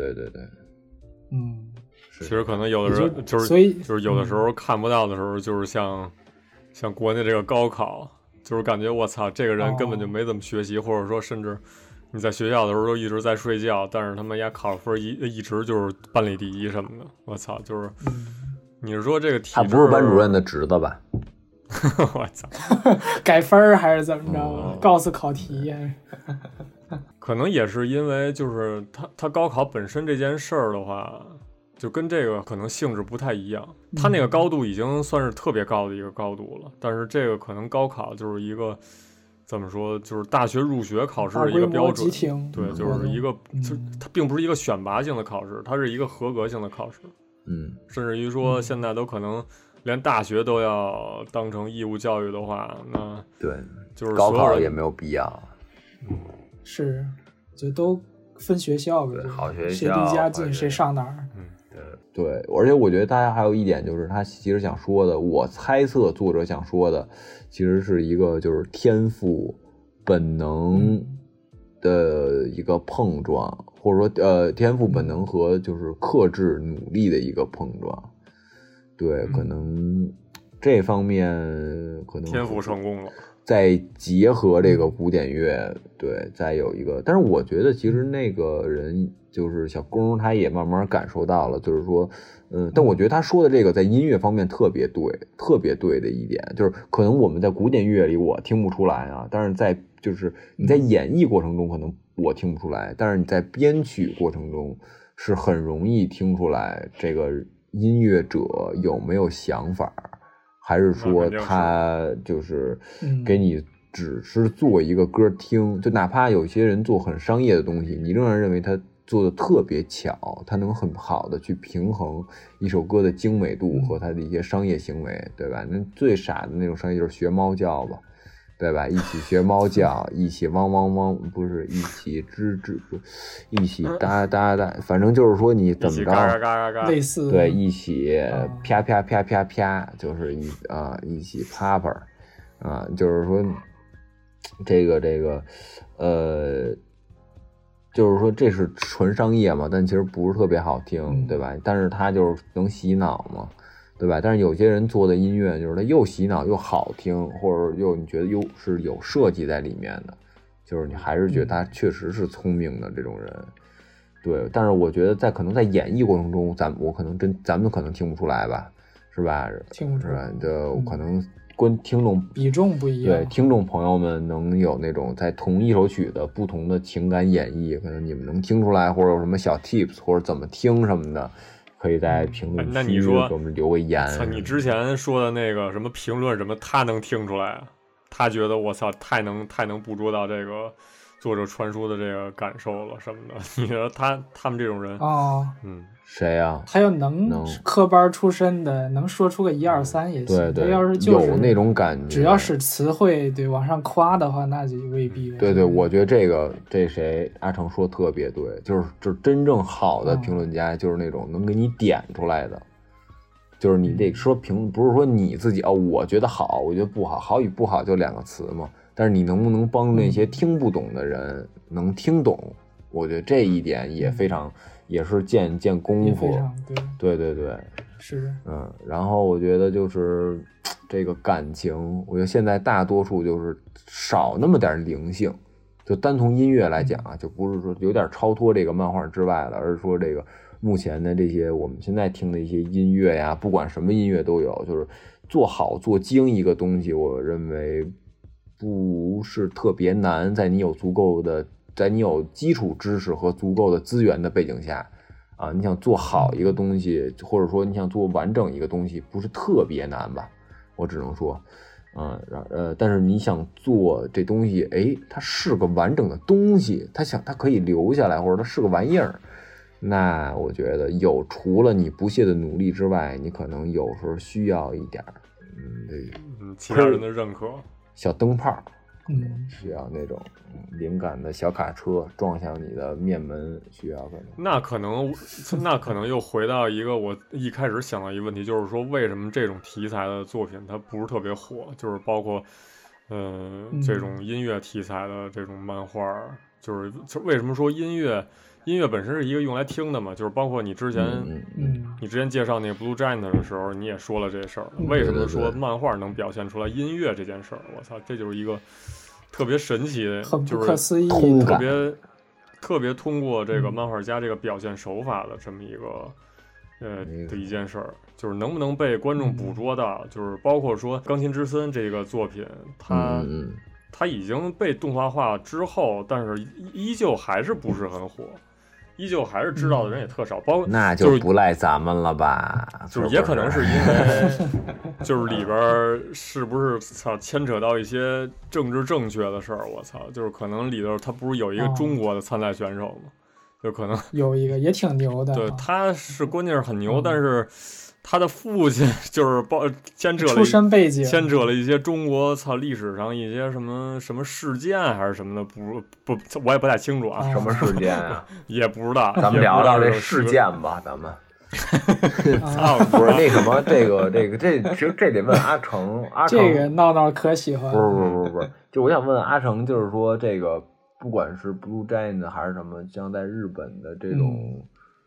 其实可能有的人就是有的时候看不到的时候，就是像国内这个高考，就是感觉我操，这个人根本就没怎么学习，或者说甚至你在学校的时候都一直在睡觉，但是他们家考分一直就是班里第一什么的，我操，就是你是说这个体制， 他不是班主任的侄子吧？ 我操， 改分还是怎么着？告诉考题。 可能也是因为就是他高考本身这件事儿的话，就跟这个可能性质不太一样。他那个高度已经算是特别高的一个高度了，但是这个可能高考就是一个怎么说，就是大学入学考试的一个标准。对，就是一个，就它并不是一个选拔性的考试，它是一个合格性的考试。甚至于说现在都可能连大学都要当成义务教育的话，那对， 就是高考也没有必要。 是，就都分学校呗， 好学校谁离家近谁上哪儿。 对，而且我觉得大家还有一点就是，他其实想说的，我猜测作者想说的，其实是一个就是天赋本能的一个碰撞，或者说天赋本能和就是克制努力的一个碰撞。对，可能这方面可能天赋成功了。 再结合这个古典乐，对，再有一个，但是我觉得其实那个人就是小龚，他也慢慢感受到了，就是说，但我觉得他说的这个在音乐方面特别对的一点，就是可能我们在古典乐里我听不出来啊，但是在就是你在演绎过程中可能我听不出来，但是你在编曲过程中是很容易听出来这个音乐者有没有想法。还是说他就是给你只是做一个歌听，就哪怕有些人做很商业的东西，你仍然认为他做的特别巧，他能很好的去平衡一首歌的精美度和他的一些商业行为，对吧？那最傻的那种商业就是学猫叫吧， 对吧？一起学猫叫，一起汪汪汪，不是一起吱吱，不，一起哒哒哒，反正就是说你怎么着， 类似对，一起啪啪啪啪啪，就是一起啪啪啊，就是说这个就是说这是纯商业嘛，但其实不是特别好听，对吧？但是它就是能洗脑嘛。对吧？但是有些人做的音乐就是它又洗脑又好听，或者又你觉得又是有设计在里面的，就是你还是觉得他确实是聪明的这种人。对，但是我觉得可能在演绎过程中，咱们可能听不出来吧，是吧？ 听不出来， 就可能跟听众比重不一样。 对，听众朋友们能有那种在同一首曲的不同的情感演绎，可能你们能听出来，或者有什么小 tips 或者怎么听什么的。可以在评论区给我们留个言。 你之前说的那个什么评论什么，他能听出来啊？他觉得我操，太能捕捉到这个作者传输的这个感受了什么的。你觉得他们这种人谁啊？ 他要能科班出身的，能说出个1、2、3也行。 对， 要是就是有那种感觉， 只要是词汇对往上夸的话，那就未必。 对，我觉得这谁阿成说特别对，就是真正好的评论家，就是那种能给你点出来的，就是你得说不是说你自己我觉得好，我觉得不好，好与不好就2个词嘛。但是你能不能帮助那些听不懂的人能听懂？我觉得这一点也非常。也是见功夫，对， 是， 然后我觉得就是这个感情，我觉得现在大多数就是少那么点灵性，就单从音乐来讲啊，就不是说有点超脱这个漫画之外了，而是说这个目前的这些我们现在听的一些音乐呀，不管什么音乐都有，就是做好做精一个东西，我认为不是特别难，在你有基础知识和足够的资源的背景下，你想做好一个东西，或者说你想做完整一个东西，不是特别难吧？我只能说，但是你想做这东西，它是个完整的东西，它可以留下来，或者它是个玩意儿，那我觉得除了你不懈的努力之外，你可能有时候需要一点其他人的认可， 小灯泡。需要那种灵感的小卡车撞向你的面门，需要可能。 那可能又回到一个我一开始想到一个问题，就是说为什么这种题材的作品它不是特别火？就是包括这种音乐题材的这种漫画，就是为什么说音乐本身是一个用来听的嘛？就是包括你之前介绍那个 Blue Giant 的时候，你也说了这事儿。为什么说漫画能表现出来音乐这件事儿？我操，这就是一个特别神奇的， 很不可思议， 特别通过这个漫画家这个表现手法的这么一个的一件事儿，就是能不能被观众捕捉到？就是包括说《钢琴之森》这个作品，它已经被动画化之后，但是依旧还是不是很火，依旧还是知道的人也特少。包括那就不赖咱们了吧？ 就是也可能是因为就是里边是不是牵扯到一些政治正确的事儿？我操，就是可能里头他不是有一个中国的参赛选手吗？就可能有一个也挺牛的。 对，他是关键是很牛，但是。他的父亲就是牵扯了一些中国历史上一些什么事件还是什么的，不，我也不太清楚啊。 什么事件啊？ 也不知道。 咱们聊聊这事件吧，咱们。不是那什么，其实这得问阿成。 这个闹可喜欢。 不是，就我想问阿成，就是说这个不管是 Blue Giant 还是什么，像在日本的这种。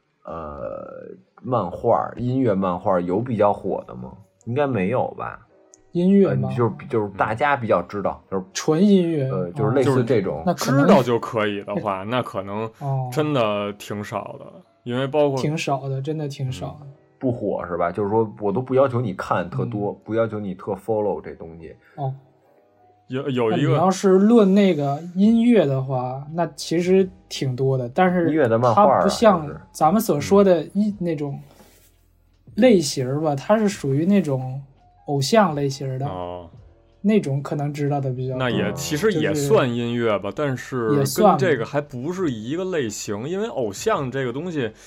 漫画音乐漫画有比较火的吗？应该没有吧。 音乐吗？ 就是大家比较知道，就是纯音乐， 就是类似这种。 那知道就可以的话，那可能真的挺少的，因为包括挺少的，真的挺少的。 不火是吧？就是说我都不要求你看特多，不要求你特 follow 这东西。 有一个， 你要是论那个音乐的话，那其实挺多的，但是音乐的漫画它不像咱们所说的那种类型吧，它是属于那种偶像类型的，那种可能知道的比较多。 那其实也算音乐吧，但是跟这个还不是一个类型，因为偶像这个东西，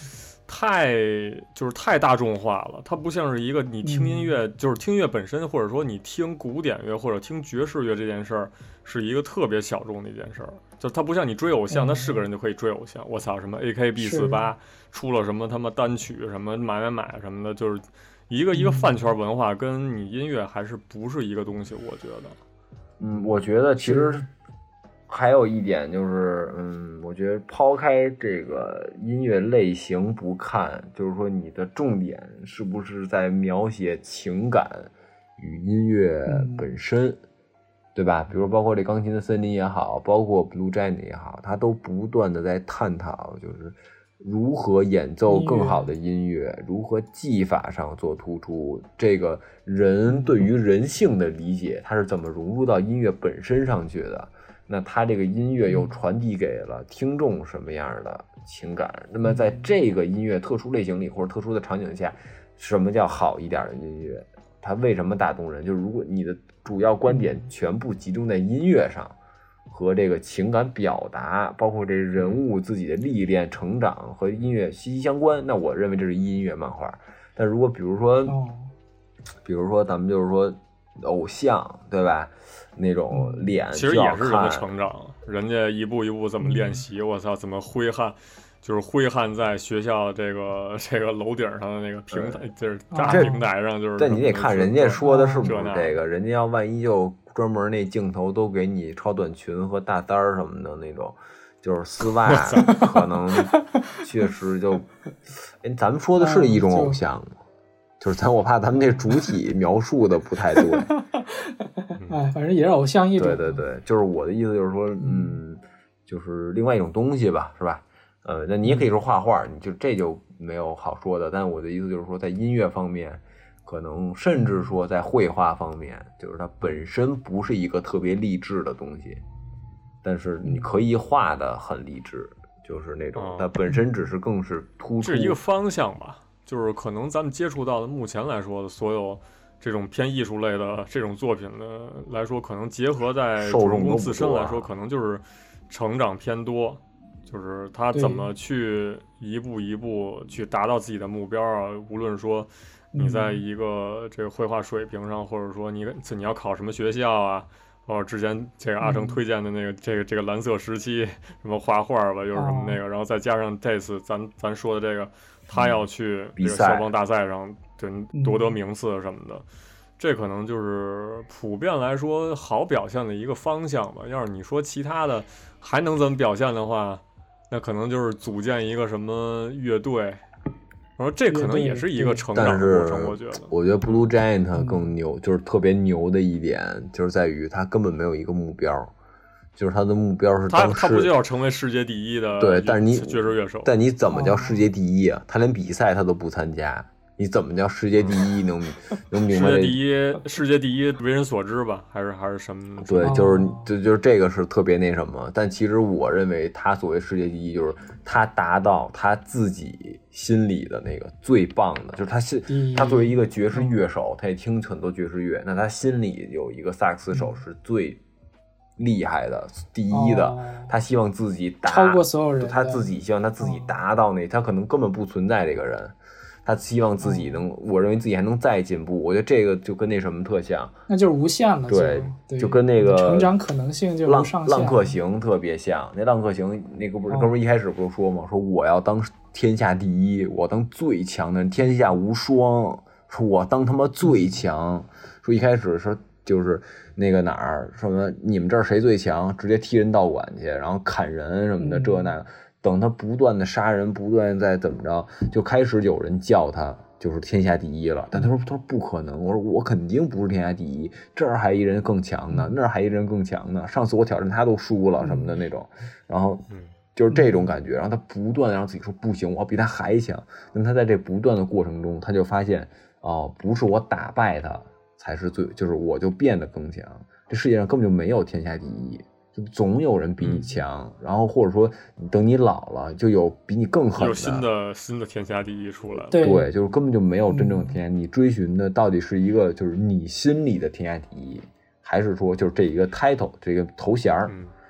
太大众化了，它不像是一个你听音乐，就是听音乐本身，或者说你听古典乐或者听爵士乐这件事儿，是一个特别小众的一件事儿。就它不像你追偶像，它是个人就可以追偶像。我操，什么 AKB48 出了什么他妈单曲，什么买什么的，就是一个饭圈文化，跟你音乐还是不是一个东西，我觉得。 我觉得其实还有一点就是，我觉得抛开这个音乐类型不看，就是说你的重点是不是在描写情感与音乐本身，对吧？比如包括这钢琴的森林也好，包括 Blue Giant 也好，它都不断的在探讨，就是如何演奏更好的音乐，如何技法上做突出，这个人对于人性的理解，它是怎么融入到音乐本身上去的。那他这个音乐又传递给了听众什么样的情感？那么在这个音乐特殊类型里或者特殊的场景下，什么叫好一点的音乐？它为什么打动人？就是如果你的主要观点全部集中在音乐上，和这个情感表达，包括这人物自己的历练、成长和音乐息息相关，那我认为这是音乐漫画。但如果比如说咱们就是说偶像，对吧？那种脸其实也是人的成长，人家一步一步怎么练习，我操，怎么挥汗，就是挥汗在学校这个楼顶上的那个平台，就是大平台上，就是。 但你得看人家说的是不是这个，人家要万一就专门那镜头都给你超短裙和大单什么的那种，就是丝袜，可能确实就，咱们说的是一种偶像吗？就是我怕咱们这主体描述的不太对。 反正也是偶像一种。 对，就是我的意思就是说，就是另外一种东西吧，是吧？那你也可以说画画，这就没有好说的。但我的意思就是说，在音乐方面，可能甚至说在绘画方面，就是它本身不是一个特别励志的东西，但是你可以画的很励志，就是那种它本身只是更是突出， 是一个方向吧。就是可能咱们接触到的目前来说的所有这种偏艺术类的这种作品的来说，可能结合在主人公自身来说，可能就是成长偏多，就是他怎么去一步一步去达到自己的目标啊。无论说你在一个这个绘画水平上，或者说你要考什么学校啊，或者之前这个阿成推荐的那个这个蓝色时期什么画画吧，又是什么那个，然后再加上这次咱说的这个。他要去这个校邦大赛上夺得名次什么的，这可能就是普遍来说好表现的一个方向吧。要是你说其他的还能怎么表现的话，那可能就是组建一个什么乐队，我说这可能也是一个成长的过程。 我觉得 Blue Giant 更牛，就是特别牛的一点就是在于他根本没有一个目标。就是他的目标是当时他不就要成为世界第一的对，但是你爵士乐手， 但你怎么叫世界第一啊？他连比赛他都不参加，你怎么叫世界第一？能明白？ 世界第一为人所知吧？还是什么？ 对，就是这个是特别那什么。但其实我认为他所谓世界第一，就是他达到他自己心里的那个最棒的，就是他作为一个爵士乐手，他也听很多爵士乐，那他心里有一个萨克斯手是最厉害的第一的，他希望自己超过所有人， 他自己希望他自己达到那，他可能根本不存在这个人，他希望自己能，我认为自己还能再进步。我觉得这个就跟那什么特像， 那就是无限了。 对，就跟那个成长可能性就无上限。 浪客行特别像，那浪客行那个不是哥们一开始不是说吗？说我要当天下第一，我当最强的人，天下无双，说我当他妈最强。说一开始说就是那个哪儿什么你们这儿谁最强，直接踢人道馆去，然后砍人什么的，这那等他不断的杀人，不断再怎么着，就开始有人叫他就是天下第一了。但他说不可能，我说我肯定不是天下第一，这儿还一人更强呢，那儿还一人更强呢，上次我挑战他都输了什么的那种，然后就是这种感觉，然后他不断的让自己说不行，我要比他还强。那他在这不断的过程中，他就发现不是我打败他才是最，就是我就变得更强。这世界上根本就没有天下第一，就总有人比你强，然后或者说等你老了，就有比你更狠的新的天下第一出来了。 对，就是根本就没有真正的天下。你追寻的到底是一个就是你心里的天下第一，还是说就是这一个 title 这个头衔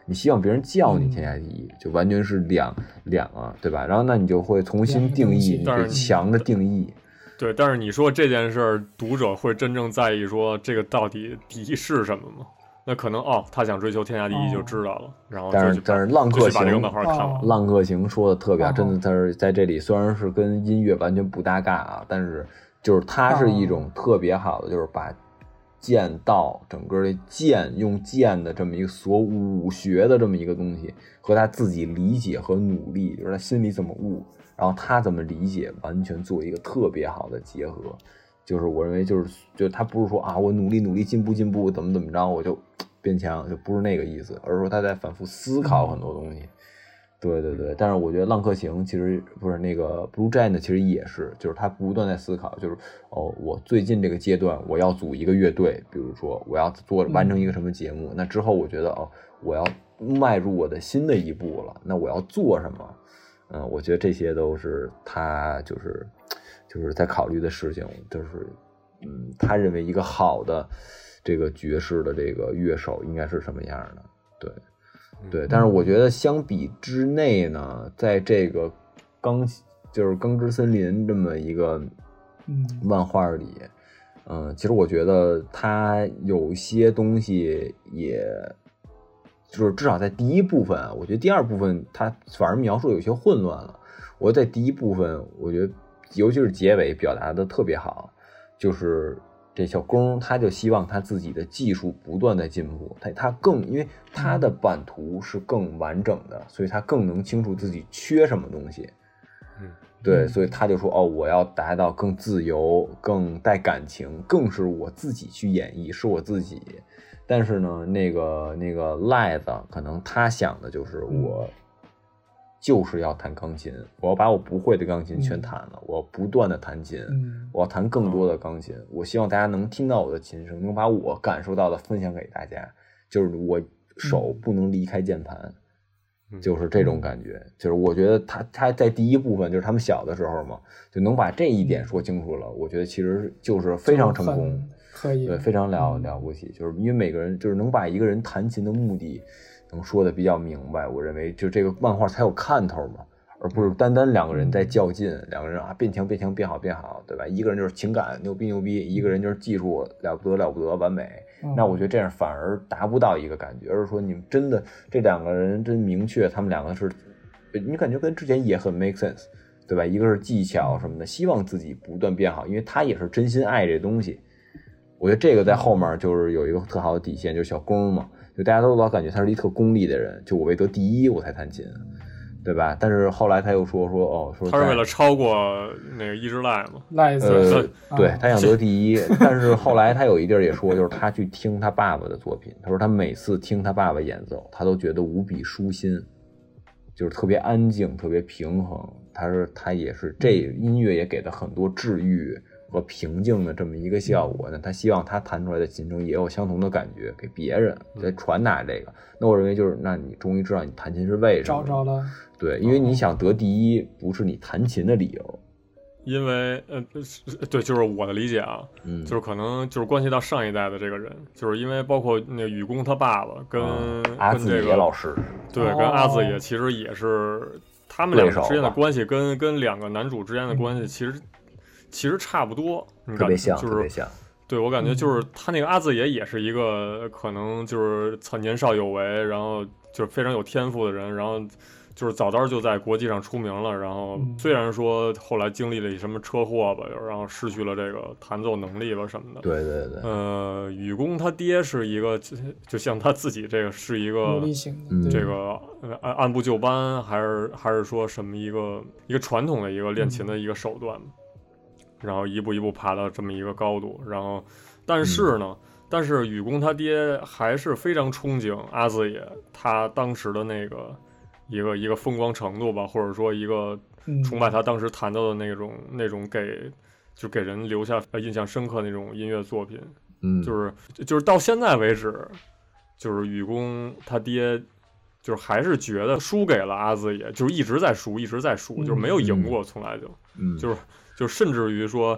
你希望别人叫你天下第一，就完全是两个，对吧？然后那你就会重新定义，你对强的定义。 对，但是你说这件事儿，读者会真正在意说这个到底第一是什么吗？那可能他想追求天下第一就知道了，然后但是浪客行把这个漫画看完。 浪客行说的特别好，真的，他是在这里虽然是跟音乐完全不搭嘎啊，但是就是它是一种特别好的，就是把剑道整个的用剑的这么一个所武学的这么一个东西，和他自己理解和努力，就是他心里怎么悟，然后他怎么理解，完全做一个特别好的结合。就是我认为就他不是说我努力进步怎么着我就变强，就不是那个意思，而是说他在反复思考很多东西。对对对，但是我觉得浪客行其实不是那个 Blue Giant 其实也是，就是他不断在思考，就是我最近这个阶段我要组一个乐队，比如说我要完成一个什么节目，那之后我觉得我要迈入我的新的一步了，那我要做什么？我觉得这些都是他就是在考虑的事情，就是他认为一个好的这个爵士的这个乐手应该是什么样的，对。对，但是我觉得相比之内呢，在这个钢之森林这么一个漫画里，其实我觉得它有些东西也就是至少在第一部分，我觉得第二部分它反而描述有些混乱了。我在第一部分，我觉得尤其是结尾表达的特别好，就是这小公他就希望他自己的技术不断的进步，他更因为他的版图是更完整的，所以他更能清楚自己缺什么东西。对，所以他就说我要达到更自由、更带感情，更是我自己去演绎，是我自己。但是呢，那个赖子可能他想的就是我就是要弹钢琴，我要把我不会的钢琴全弹了，我要不断的弹琴，我要弹更多的钢琴，我希望大家能听到我的琴声，能把我感受到的分享给大家，就是我手不能离开键盘，就是这种感觉。就是我觉得他在第一部分就是他们小的时候嘛，就能把这一点说清楚了，我觉得其实就是非常成功， 可以， 对，非常了不起。就是因为每个人就是能把一个人弹琴的目的能说的比较明白，我认为就这个漫画才有看头嘛，而不是单单两个人在较劲，两个人变强变好，对吧？一个人就是情感牛逼，一个人就是技术了不得完美。那我觉得这样反而达不到一个感觉，而是说你们真的这两个人真明确，他们两个是，你感觉跟之前也很 make sense， 对吧？一个是技巧什么的，希望自己不断变好，因为他也是真心爱这东西。我觉得这个在后面就是有一个特好的底线，就是小公嘛。就大家都老感觉他是一特功利的人，就我为得第一我才弹琴，对吧？但是后来他又说他是为了超过那个一之赖嘛， 赖子， 对，他想得第一。但是后来他有一地儿也说，就是他去听他爸爸的作品，他说他每次听他爸爸演奏，他都觉得无比舒心，就是特别安静，特别平衡。他说他也是这音乐也给他很多治愈和平静的这么一个效果呢，他希望他弹出来的琴声也有相同的感觉给别人，在传达这个。那我认为就是，那你终于知道你弹琴是为什么， 找着了。 对，因为你想得第一，不是你弹琴的理由。 因为对，就是我的理解啊，就是可能就是关系到上一代的这个人，就是因为包括那个雨宫他爸爸跟阿字野老师， 对，跟阿字野其实也是他们两个之间的关系，跟两个男主之间的关系其实差不多， 特别像， 就是特别像。 对，我感觉就是他那个阿字野也是一个可能就是年少有为，然后就是非常有天赋的人，然后就是早早就在国际上出名了，然后虽然说后来经历了什么车祸吧，然后失去了这个弹奏能力吧什么的。 对对对。 雨宫他爹是一个，就像他自己这个是一个这个按部就班，还是说什么一个传统的一个练琴的一个手段。然后一步一步爬到这么一个高度，然后但是雨宫他爹还是非常憧憬阿字野他当时的那个一个风光程度吧，或者说一个崇拜他当时弹到的那种给人留下印象深刻那种音乐作品。就是到现在为止，就是雨宫他爹就是还是觉得输给了阿字野，就是一直在输，就是没有赢过，从来就甚至于说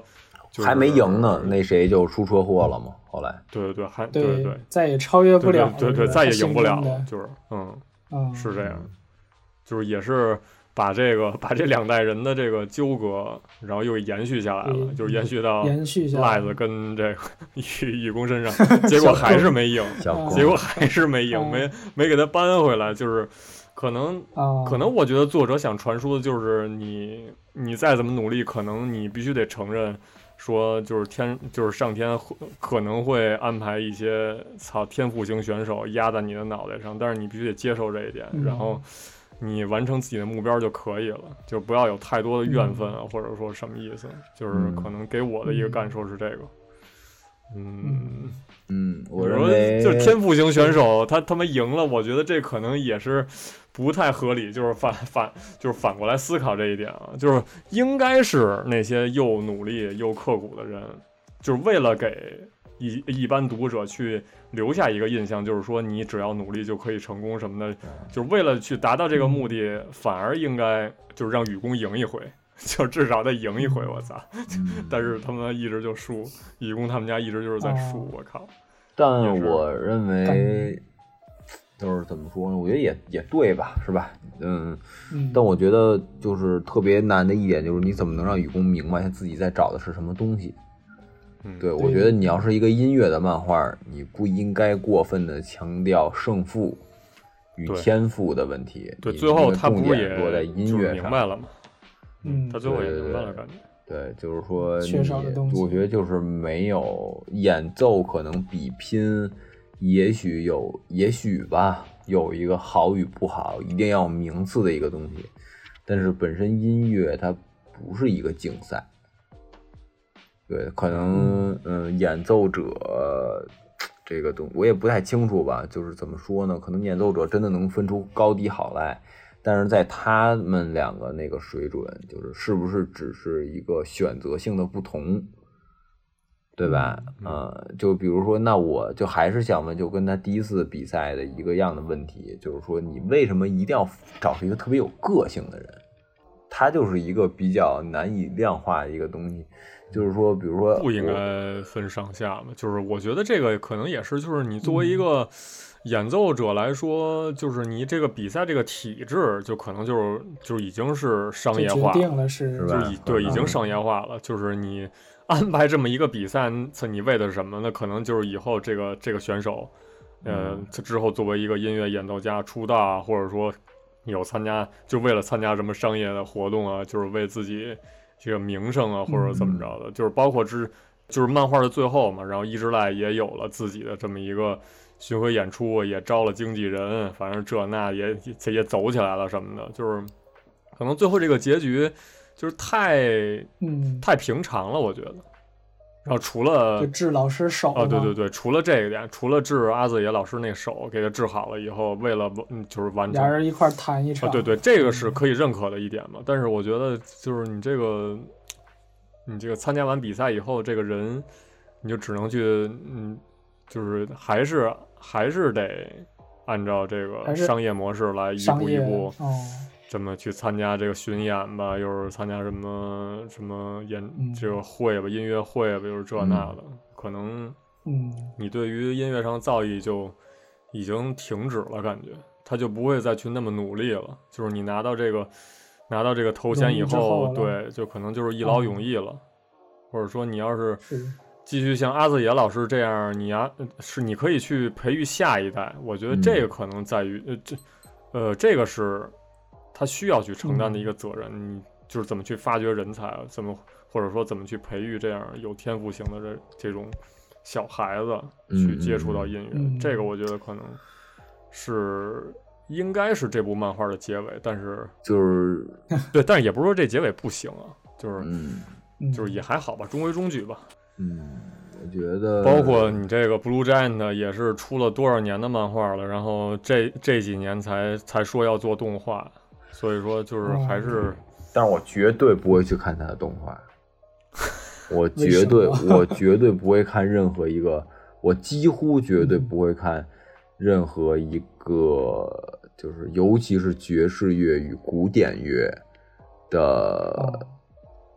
还没赢呢，那谁就出车祸了嘛。后来， 对， 对，再也超越不了， 对，再也赢不了了，就是是这样，就是也是把这两代人的这个纠葛，然后又延续下来了，就是延续到赖子跟这个雨公身上，结果还是没赢，没给他扳回来，就是可能我觉得作者想传输的就是你再怎么努力，可能你必须得承认。说就是上天可能会安排一些天赋型选手压在你的脑袋上，但是你必须得接受这一点，然后你完成自己的目标就可以了，就不要有太多的怨愤啊，或者说什么意思，就是可能给我的一个感受是这个。我认为就是天赋型选手他们赢了，我觉得这可能也是不太合理，就是反过来思考这一点啊，就是应该是那些又努力又刻苦的人，就是为了给一般读者去留下一个印象，就是说你只要努力就可以成功什么的，就是为了去达到这个目的，反而应该就是让雨公赢一回。就至少得赢一回，我操！但是他们一直就输，雨公他们家一直就是在输，我靠！ 但我认为，就是怎么说呢？我觉得也对吧，是吧？但我觉得就是特别难的一点，就是你怎么能让雨公明白他自己在找的是什么东西？对，我觉得你要是一个音乐的漫画，你不应该过分的强调胜负与天赋的问题。 对，最后他不也落在音乐上明白了吗？他最后也明白了，感觉对，就是说缺少的东西， 我觉得就是没有演奏可能比拼，也许吧，有一个好与不好，一定要有名次的一个东西，但是本身音乐它不是一个竞赛，对，可能演奏者这个东西我也不太清楚吧，就是怎么说呢？可能演奏者真的能分出高低好来。但是在他们两个那个水准，就是是不是只是一个选择性的不同，对吧？就比如说，那我就还是想问，就跟他第一次比赛的一个样的问题，就是说，你为什么一定要找出一个特别有个性的人？他就是一个比较难以量化的一个东西。就是说，比如说， 不应该分上下嘛？就是我觉得这个可能也是，就是你作为一个演奏者来说，就是你这个比赛这个体制，就可能就已经是商业化了， 对，已经商业化了。就是你安排这么一个比赛，你为的是什么呢？可能就是以后这个选手，之后作为一个音乐演奏家出道，或者说有参加，就为了参加什么商业的活动啊，就是为自己这个名声啊，或者怎么着的，就是包括就是漫画的最后嘛，然后一之濑也有了自己的这么一个巡回演出，也招了经纪人，反正这那也走起来了什么的，就是可能最后这个结局就是太平常了，我觉得。然后除了治老师手对，除了这个点，除了治阿字野老师那手给他治好了以后，为了就是完成俩人一块弹一场， 对，这个是可以认可的一点嘛。但是我觉得就是你这个参加完比赛以后，这个人你就只能去就是还是得按照这个商业模式来一步一步这么去参加这个巡演吧，又是参加什么这个会吧，音乐会吧，又是这那的，可能你对于音乐上的造诣就已经停止了，感觉他就不会再去那么努力了。就是你拿到这个头衔以后，对，就可能就是一劳永逸了，或者说你要是继续像阿字野老师这样，你可以去培育下一代。我觉得这个可能在于这个是他需要去承担的一个责任。你就是怎么去发掘人才，或者说怎么去培育这样有天赋型的这种小孩子去接触到音乐，这个我觉得可能是应该是这部漫画的结尾。但是就是对，但是也不是说这结尾不行啊，就是也还好吧，中规中矩吧。 我觉得包括你这个 Blue Giant 也是出了多少年的漫画了，然后这几年才说要做动画，所以说就是还是， 但是我绝对不会去看他的动画，我绝对不会看任何一个，我几乎绝对不会看任何一个，就是尤其是爵士乐与古典乐的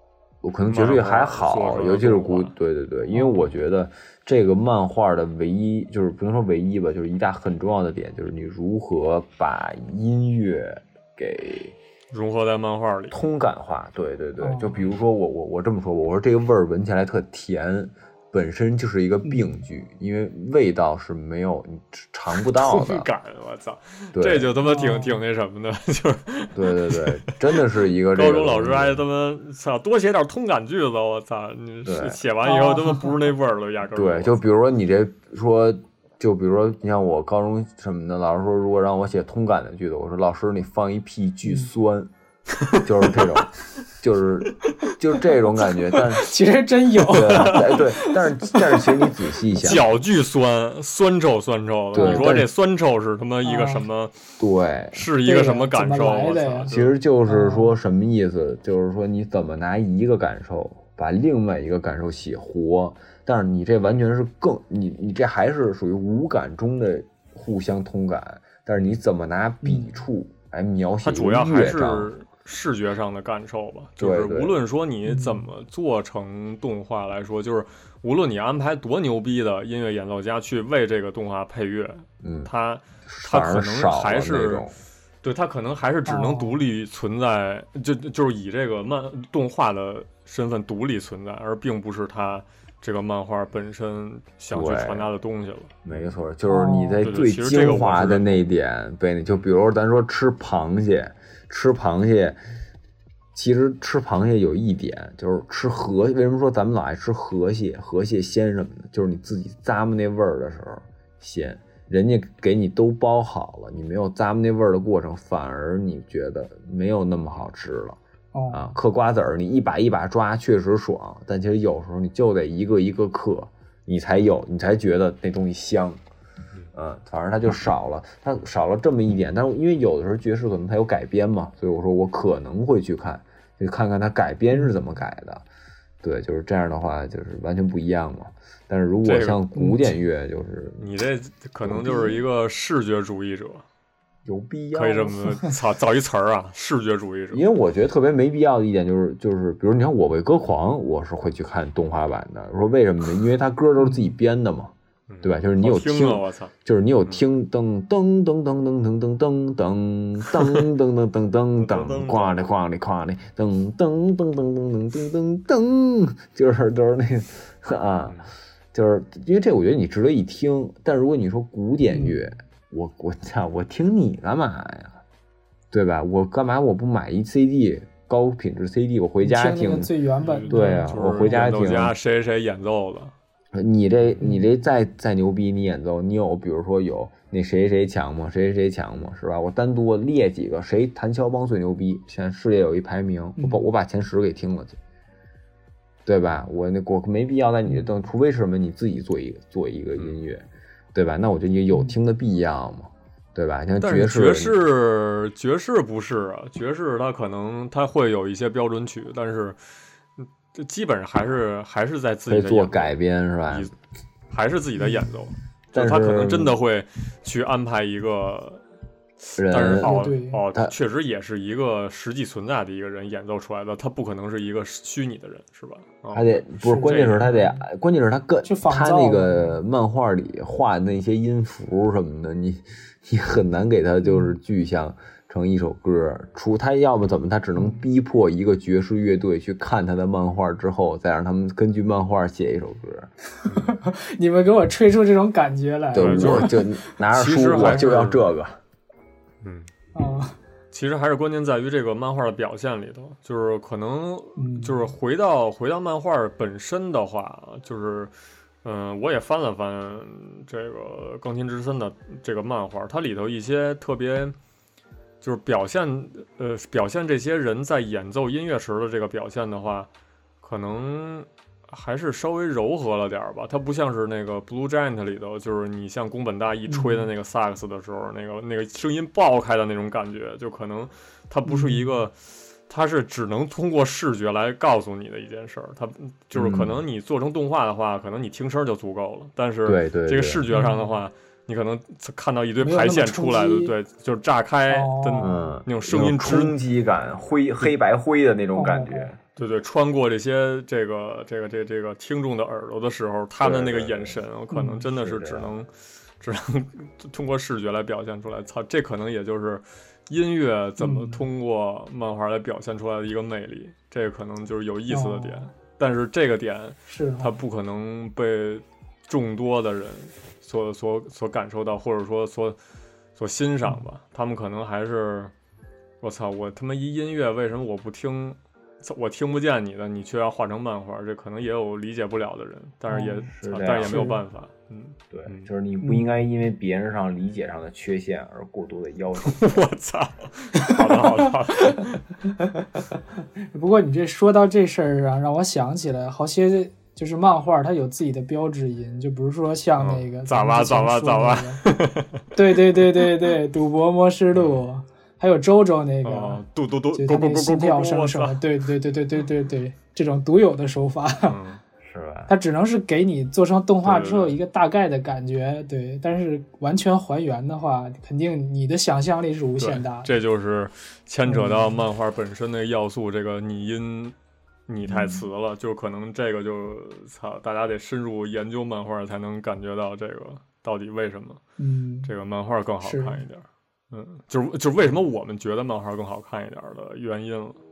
我可能爵士乐还好，尤其是对，因为我觉得这个漫画的唯一就是不能说唯一吧，就是一大很重要的点就是你如何把音乐给融合在漫画里， 通感化。对，就比如说我这么说，我说这个味儿闻起来特甜。本身就是一个病句，因为味道是没有你尝不到的。 通感，我操，这就他妈挺那什么的，就是对，真的是一个这个。 高中老师还他妈操多写点通感句子，我操，你写完以后他妈不是那味儿了，压根儿。 对，就比如说你这说，就比如说你像我高中什么的，老师说如果让我写通感的句子，我说老师你放一屁巨酸。就是这种，就是这种感觉，但是其实真有， 对，但是其实你仔细想， 脚巨酸臭的，你说这酸臭是他妈一个什么？ 对， 是一个什么感受？ 其实就是说什么意思？就是说你怎么拿一个感受把另外一个感受写活，但是你这完全是你这还是属于五感中的互相通感，但是你怎么拿笔触来描写？ 它主要还是视觉上的感受吧，就是无论说你怎么做成动画来说，就是无论你安排多牛逼的音乐演奏家去为这个动画配乐，他可能还是对他可能还是只能独立存在，就是以这个动画的身份独立存在，而并不是他这个漫画本身想去传达的东西了。 没错，就是你在最精华的那一点被你就比如咱说吃螃蟹，其实吃螃蟹有一点就是吃河蟹，为什么说咱们老爱吃河蟹鲜什么的，就是你自己咂摸那味儿的时候鲜，人家给你都包好了，你没有咂摸那味儿的过程，反而你觉得没有那么好吃了。嗑瓜子儿你一把一把抓确实爽，但其实有时候你就得一个一个嗑，你才觉得那东西香。反正它就少了这么一点，但是因为有的时候爵士可能它有改编嘛，所以我说我可能会去看看它改编是怎么改的。对，就是这样的话就是完全不一样嘛。但是如果像古典乐，就是你这可能就是一个视觉主义者。 有必要可以这么造一词儿啊，视觉主义者。 因为我觉得特别没必要的一点就是，比如你看我为歌狂，我是会去看动画版的。我说为什么呢？因为他歌都是自己编的嘛，对吧？就是你有听，就是你有听噔噔噔噔噔噔噔噔噔噔噔噔噔噔噔，哐哩哐哩哐哩，噔噔噔噔噔噔噔噔，就是都是那个啊，就是因为这我觉得你值得一听。但如果你说古典乐，我听你干嘛呀？对吧？我干嘛我不买一 CD 高品质 CD 我回家听最原本的？ 对啊，我回家听谁演奏的。 你这再牛逼，你演奏你有比如说有那谁强吗？谁强吗？是吧？我单独列几个谁弹肖邦最牛逼，现在世界有一排名，我把前10给听了去，对吧？我没必要在你这除非是什么你自己做一个音乐。对吧？那我觉得你有听的必要嘛，对吧？像爵士不是啊，爵士它可能它会有一些标准曲，但是这基本上还是在自己的做改编是吧？ 还是自己的演奏，但是他可能真的会去安排一个人，但是他确实也是一个实际存在的一个人演奏出来的，他不可能是一个虚拟的人，是吧？ 他得不是，关键是他他那个漫画里画的那些音符什么的，你很难给他就是具象成一首歌。他要么怎么，他只能逼迫一个爵士乐队去看他的漫画之后，再让他们根据漫画写一首歌。 你们给我吹出这种感觉来， 对，我就拿着书，我就要这个。 其实还是关键在于这个漫画的表现里头，就是可能就是回到漫画本身的话，就是我也翻了翻这个钢琴之森的这个漫画，它里头一些特别就是表现这些人在演奏音乐时的这个表现的话，可能还是稍微柔和了点吧，它不像是那个 Blue Giant 里头，就是你像宫本大一吹的那个萨克斯的时候，那个声音爆开的那种感觉，就可能它不是一个，它是只能通过视觉来告诉你的一件事儿，它就是可能你做成动画的话，可能你听声就足够了，但是这个视觉上的话， 你可能看到一堆排线出来的，对，就是炸开的那种声音冲击感，黑白灰的那种感觉。 对对，穿过这些这个听众的耳朵的时候，他们那个眼神，可能真的是只能通过视觉来表现出来。操，这可能也就是音乐怎么通过漫画来表现出来的一个魅力，这个可能就是有意思的点。但是这个点是它不可能被众多的人所感受到，或者说所欣赏吧。他们可能还是我操，我他妈一音乐为什么我不听？我听不见你的，你却要画成漫画，这可能也有理解不了的人，但是也没有办法。 对，就是你不应该因为别人上理解上的缺陷而过度的要求。 我操！好的。 不过你这说到这事儿啊，让我想起来，好些就是漫画它有自己的标志音，就比如说像那个咋吧， 对，赌博默示录。还有周周那个， 嘟， 就他那个心跳声什么，对，这种独有的手法， 是吧？ 它只能是给你做成动画之后一个大概的感觉，对，但是完全还原的话，肯定你的想象力是无限大的。 这就是牵扯到漫画本身的要素，这个拟音、拟台词了，就可能这个就大家得深入研究漫画才能感觉到这个到底为什么，这个漫画更好看一点。就是为什么我们觉得漫画更好看一点的原因了。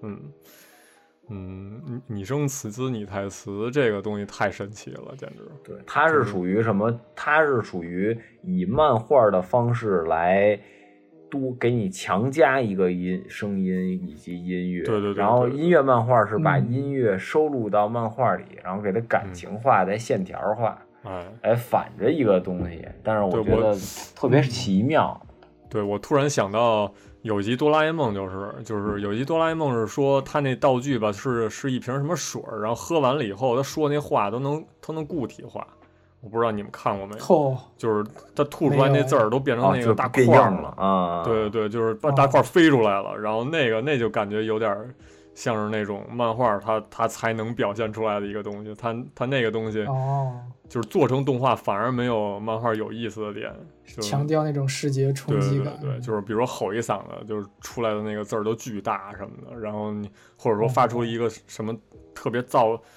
拟声词拟台词这个东西太神奇了，简直。 对，它是属于什么？它是属于以漫画的方式来多给你强加一个声音以及音乐。 对。 然后音乐漫画是把音乐收录到漫画里，然后给它感情化、再线条化，来反着一个东西。但是我觉得特别奇妙。 对，我突然想到有一集哆啦 A 梦，就是有一集哆啦 A 梦是说他那道具吧是一瓶什么水，然后喝完了以后他说那话都能固体化。我不知道你们看过没有？就是他吐出来那字儿都变成那个大块了啊！ 对，就是把大块飞出来了，然后那就感觉有点像是那种漫画它才能表现出来的一个东西，它那个东西就是做成动画反而没有漫画有意思的点， 强调那种视觉冲击感。 对，就是比如说吼一嗓子，就是出来的那个字儿都巨大什么的，然后你或者说发出一个什么特别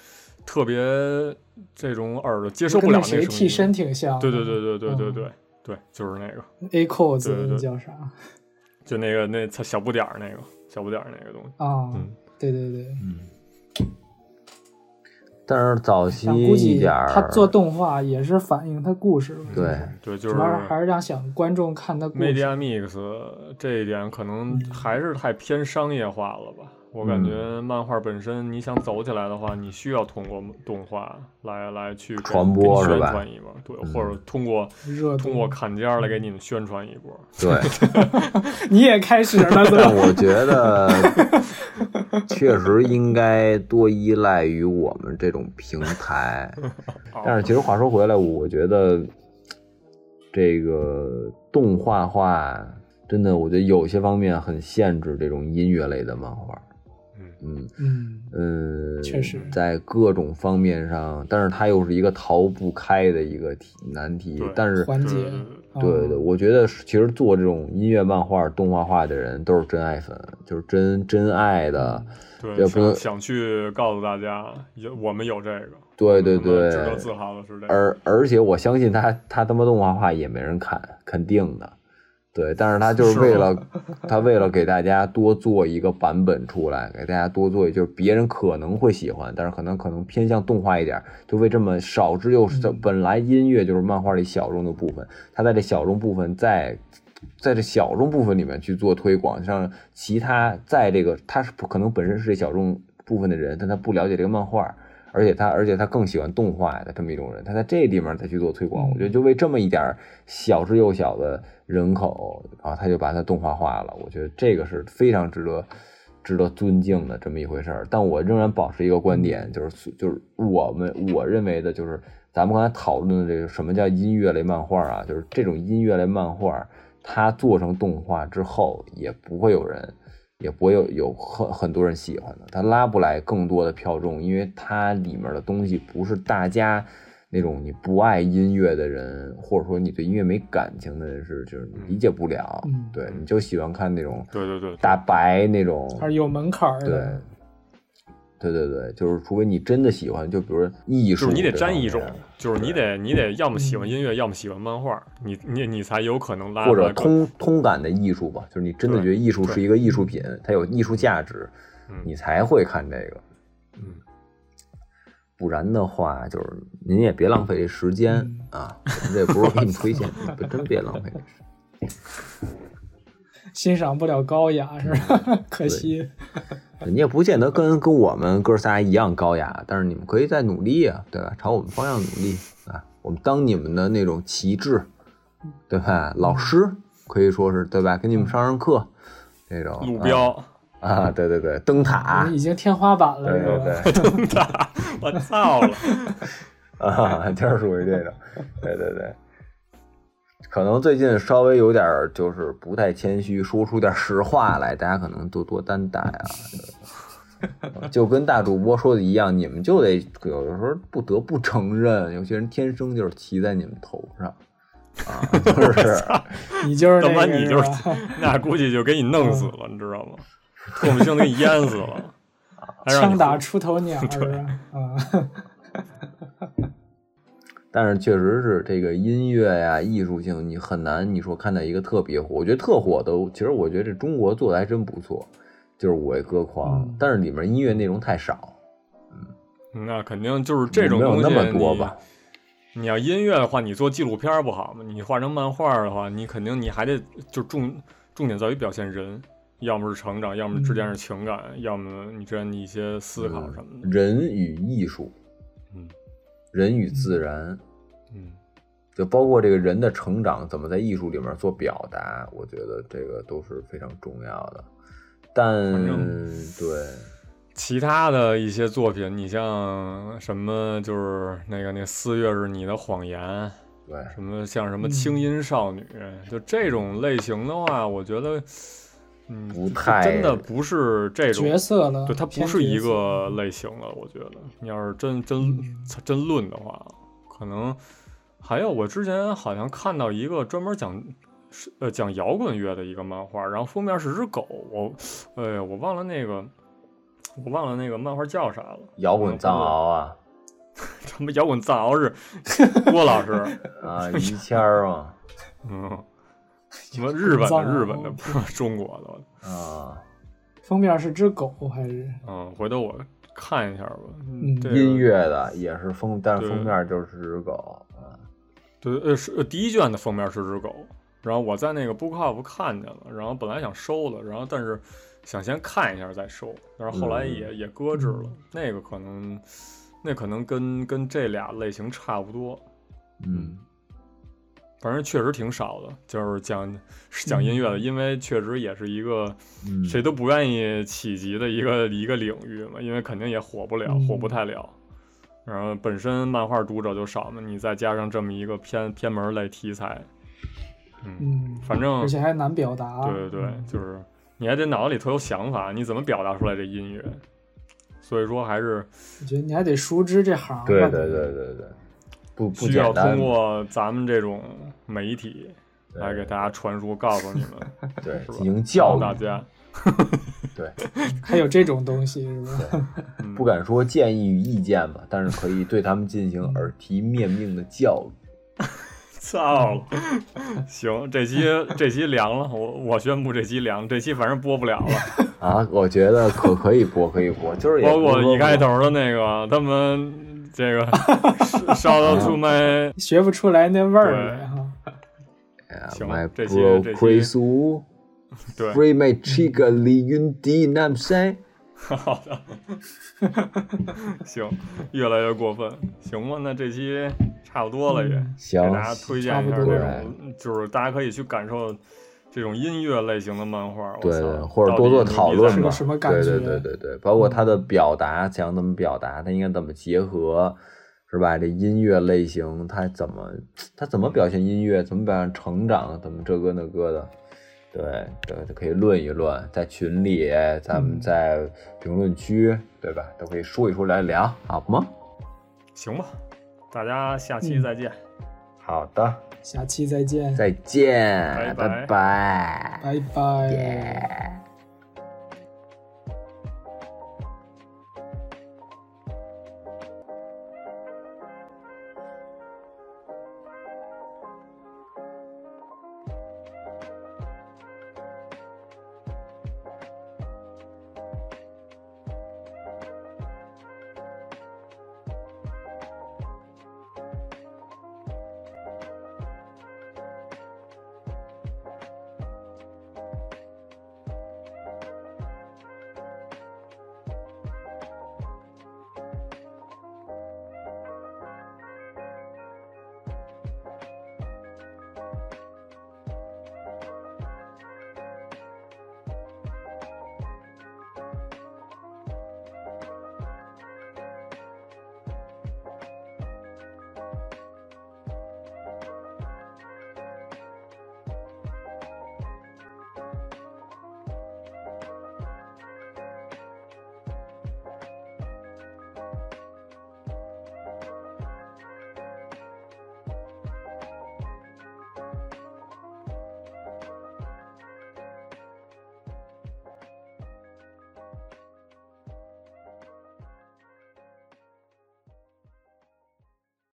这种耳朵接受不了那个声音， 替身挺像。 对，就是那个 A 扣子叫啥？ 就那小不点儿那个东西啊。对， 但是早期一点他做动画也是反映他故事。 对， 就是还是想观众看他故事。 Media Mix 这一点可能还是太偏商业化了吧。我感觉漫画本身你想走起来的话，你需要通过动画来去传播宣传一波，对，或者通过砍尖来给你们宣传一波。 对， 你也开始了。 但我觉得确实应该多依赖于我们这种平台。但是其实话说回来，我觉得这个动画化真的，我觉得有些方面很限制这种音乐类的漫画。 确实， 在各种方面上，但是它又是一个逃不开的一个难题。但是环节， 对，我觉得其实做这种音乐漫画动画化的人都是真爱粉，就是真爱的。 对，想去告诉大家，我们有这个。 对，值得自豪的是这个。 而且我相信他他妈动画化也没人看，肯定的。对，但是他就是为了给大家多做一个版本出来，给大家多做，就是别人可能会喜欢，但是可能偏向动画一点，就为这么少之又少。本来音乐就是漫画里小众的部分，他在这小众部分在这小众部分里面去做推广，让其他在这个他是可能本身是这小众部分的人，但他不了解这个漫画。而且他更喜欢动画的这么一种人，他在这个地方再去做推广，我觉得就为这么一点小之又小的人口啊，他就把它动画化了。我觉得这个是非常值得尊敬的这么一回事儿。但我仍然保持一个观点，就是我认为的就是咱们刚才讨论的这个什么叫音乐类漫画啊，就是这种音乐类漫画，它做成动画之后也不会有很多人喜欢的，它拉不来更多的票众，因为它里面的东西不是大家那种你不爱音乐的人，或者说你对音乐没感情的人就是你理解不了。对，你就喜欢看那种对大白那种， 还是有门槛的。 对，就是除非你真的喜欢，就比如艺术， 就是你得沾一种，就是你得要么喜欢音乐，要么喜欢漫画，你才有可能拉或者通感的艺术吧，就是你真的觉得艺术是一个艺术品，它有艺术价值，你才会看这个。不然的话，就是您也别浪费这时间啊！我们这不是给你推荐，真别浪费这时间。 欣赏不了高雅是吧？可惜。 你也不见得跟我们哥仨一样高雅，但是你们可以再努力啊，对吧？朝我们方向努力啊！我们当你们的那种旗帜，对吧？老师可以说是对吧？给你们上课，这种路标啊，对，灯塔已经天花板了， 对， 灯塔，我操了啊，就是属于这种，对。可能最近稍微有点就是不太谦虚，说出点实话来，大家可能多担待啊。就跟大主播说的一样，你们就得有的时候不得不承认，有些人天生就是骑在你们头上啊，就是你就是他妈你就是那估计就给你弄死了，你知道吗？唾沫星给你淹死了， 枪打出头鸟是吧？ 但是确实是这个音乐呀、艺术性，你很难你说看到一个特别火，我觉得特火的，其实我觉得这中国做的还真不错，就是五味歌狂，但是里面音乐内容太少。 那肯定就是这种东西没有那么多吧。 你要音乐的话，你做纪录片不好吗？你画成漫画的话，你肯定你还得就重点在于表现人，要么是成长，要么之间是情感，要么你之间的一些思考什么的。 人与艺术，人与自然，就包括这个人的成长怎么在艺术里面做表达，我觉得这个都是非常重要的。但对其他的一些作品，你像什么就是那个4月是你的谎言， 对， 什么像什么轻音少女，就这种类型的话，我觉得不太真的不是这种角色了， 对，它不是一个类型了。我觉得你要是真论的话，可能还有我之前好像看到一个专门讲摇滚乐的一个漫画，然后封面是只狗，我忘了那个漫画叫啥了。 摇滚藏獒啊， 什么摇滚藏獒是郭老师啊，于谦儿嘛， 什么日本的不是中国的啊？ 封面是只狗还是？ 回头我看一下吧。 音乐的也是但是封面就是只狗啊。 对，第一卷的封面是只狗，然后我在那个 BookOff 看见了，然后本来想收了，然后但是想先看一下再收，然后后来也搁置了。那可能跟这俩类型差不多。反正确实挺少的，就是讲音乐的，因为确实也是一个谁都不愿意企及的一个领域嘛，因为肯定也火不太了。然后本身漫画读者就少嘛，你再加上这么一个偏门类题材，反正而且还难表达。 对，就是你还得脑子里头有想法，你怎么表达出来这音乐？所以说还是我觉得你还得熟知这行。 对，不需要通过咱们这种媒体来给大家传输，告诉你们， 对，进行教育大家。 对， 还有这种东西是吧？ 不敢说建议与意见吧，但是可以对他们进行耳提面命的教育。 操！行，这期凉了，我宣布这期凉，这期反正播不了了。 啊，我觉得可以播，就是也包括一开头的那个他们这个烧到出卖， 学不出来那味儿来哈。 行， 这期对 ，Free my chica 李云迪南山。 好的，行，越来越过分，行吧？那这期差不多了也， 行， 给大家推荐一下这种，就是大家可以去感受这种音乐类型的漫画， 对，或者多做讨论吧。 什么感觉？ 对，包括他的表达，想怎么表达，他应该怎么结合，是吧？这音乐类型，他怎么表现音乐，怎么表现成长，怎么这个那个的。对，可以论一论，在群里，咱们在评论区，对吧？都可以说一说来聊，好吗？ 行吧， 大家下期再见。 好的， 下期再见。 再见， 拜拜， 拜拜。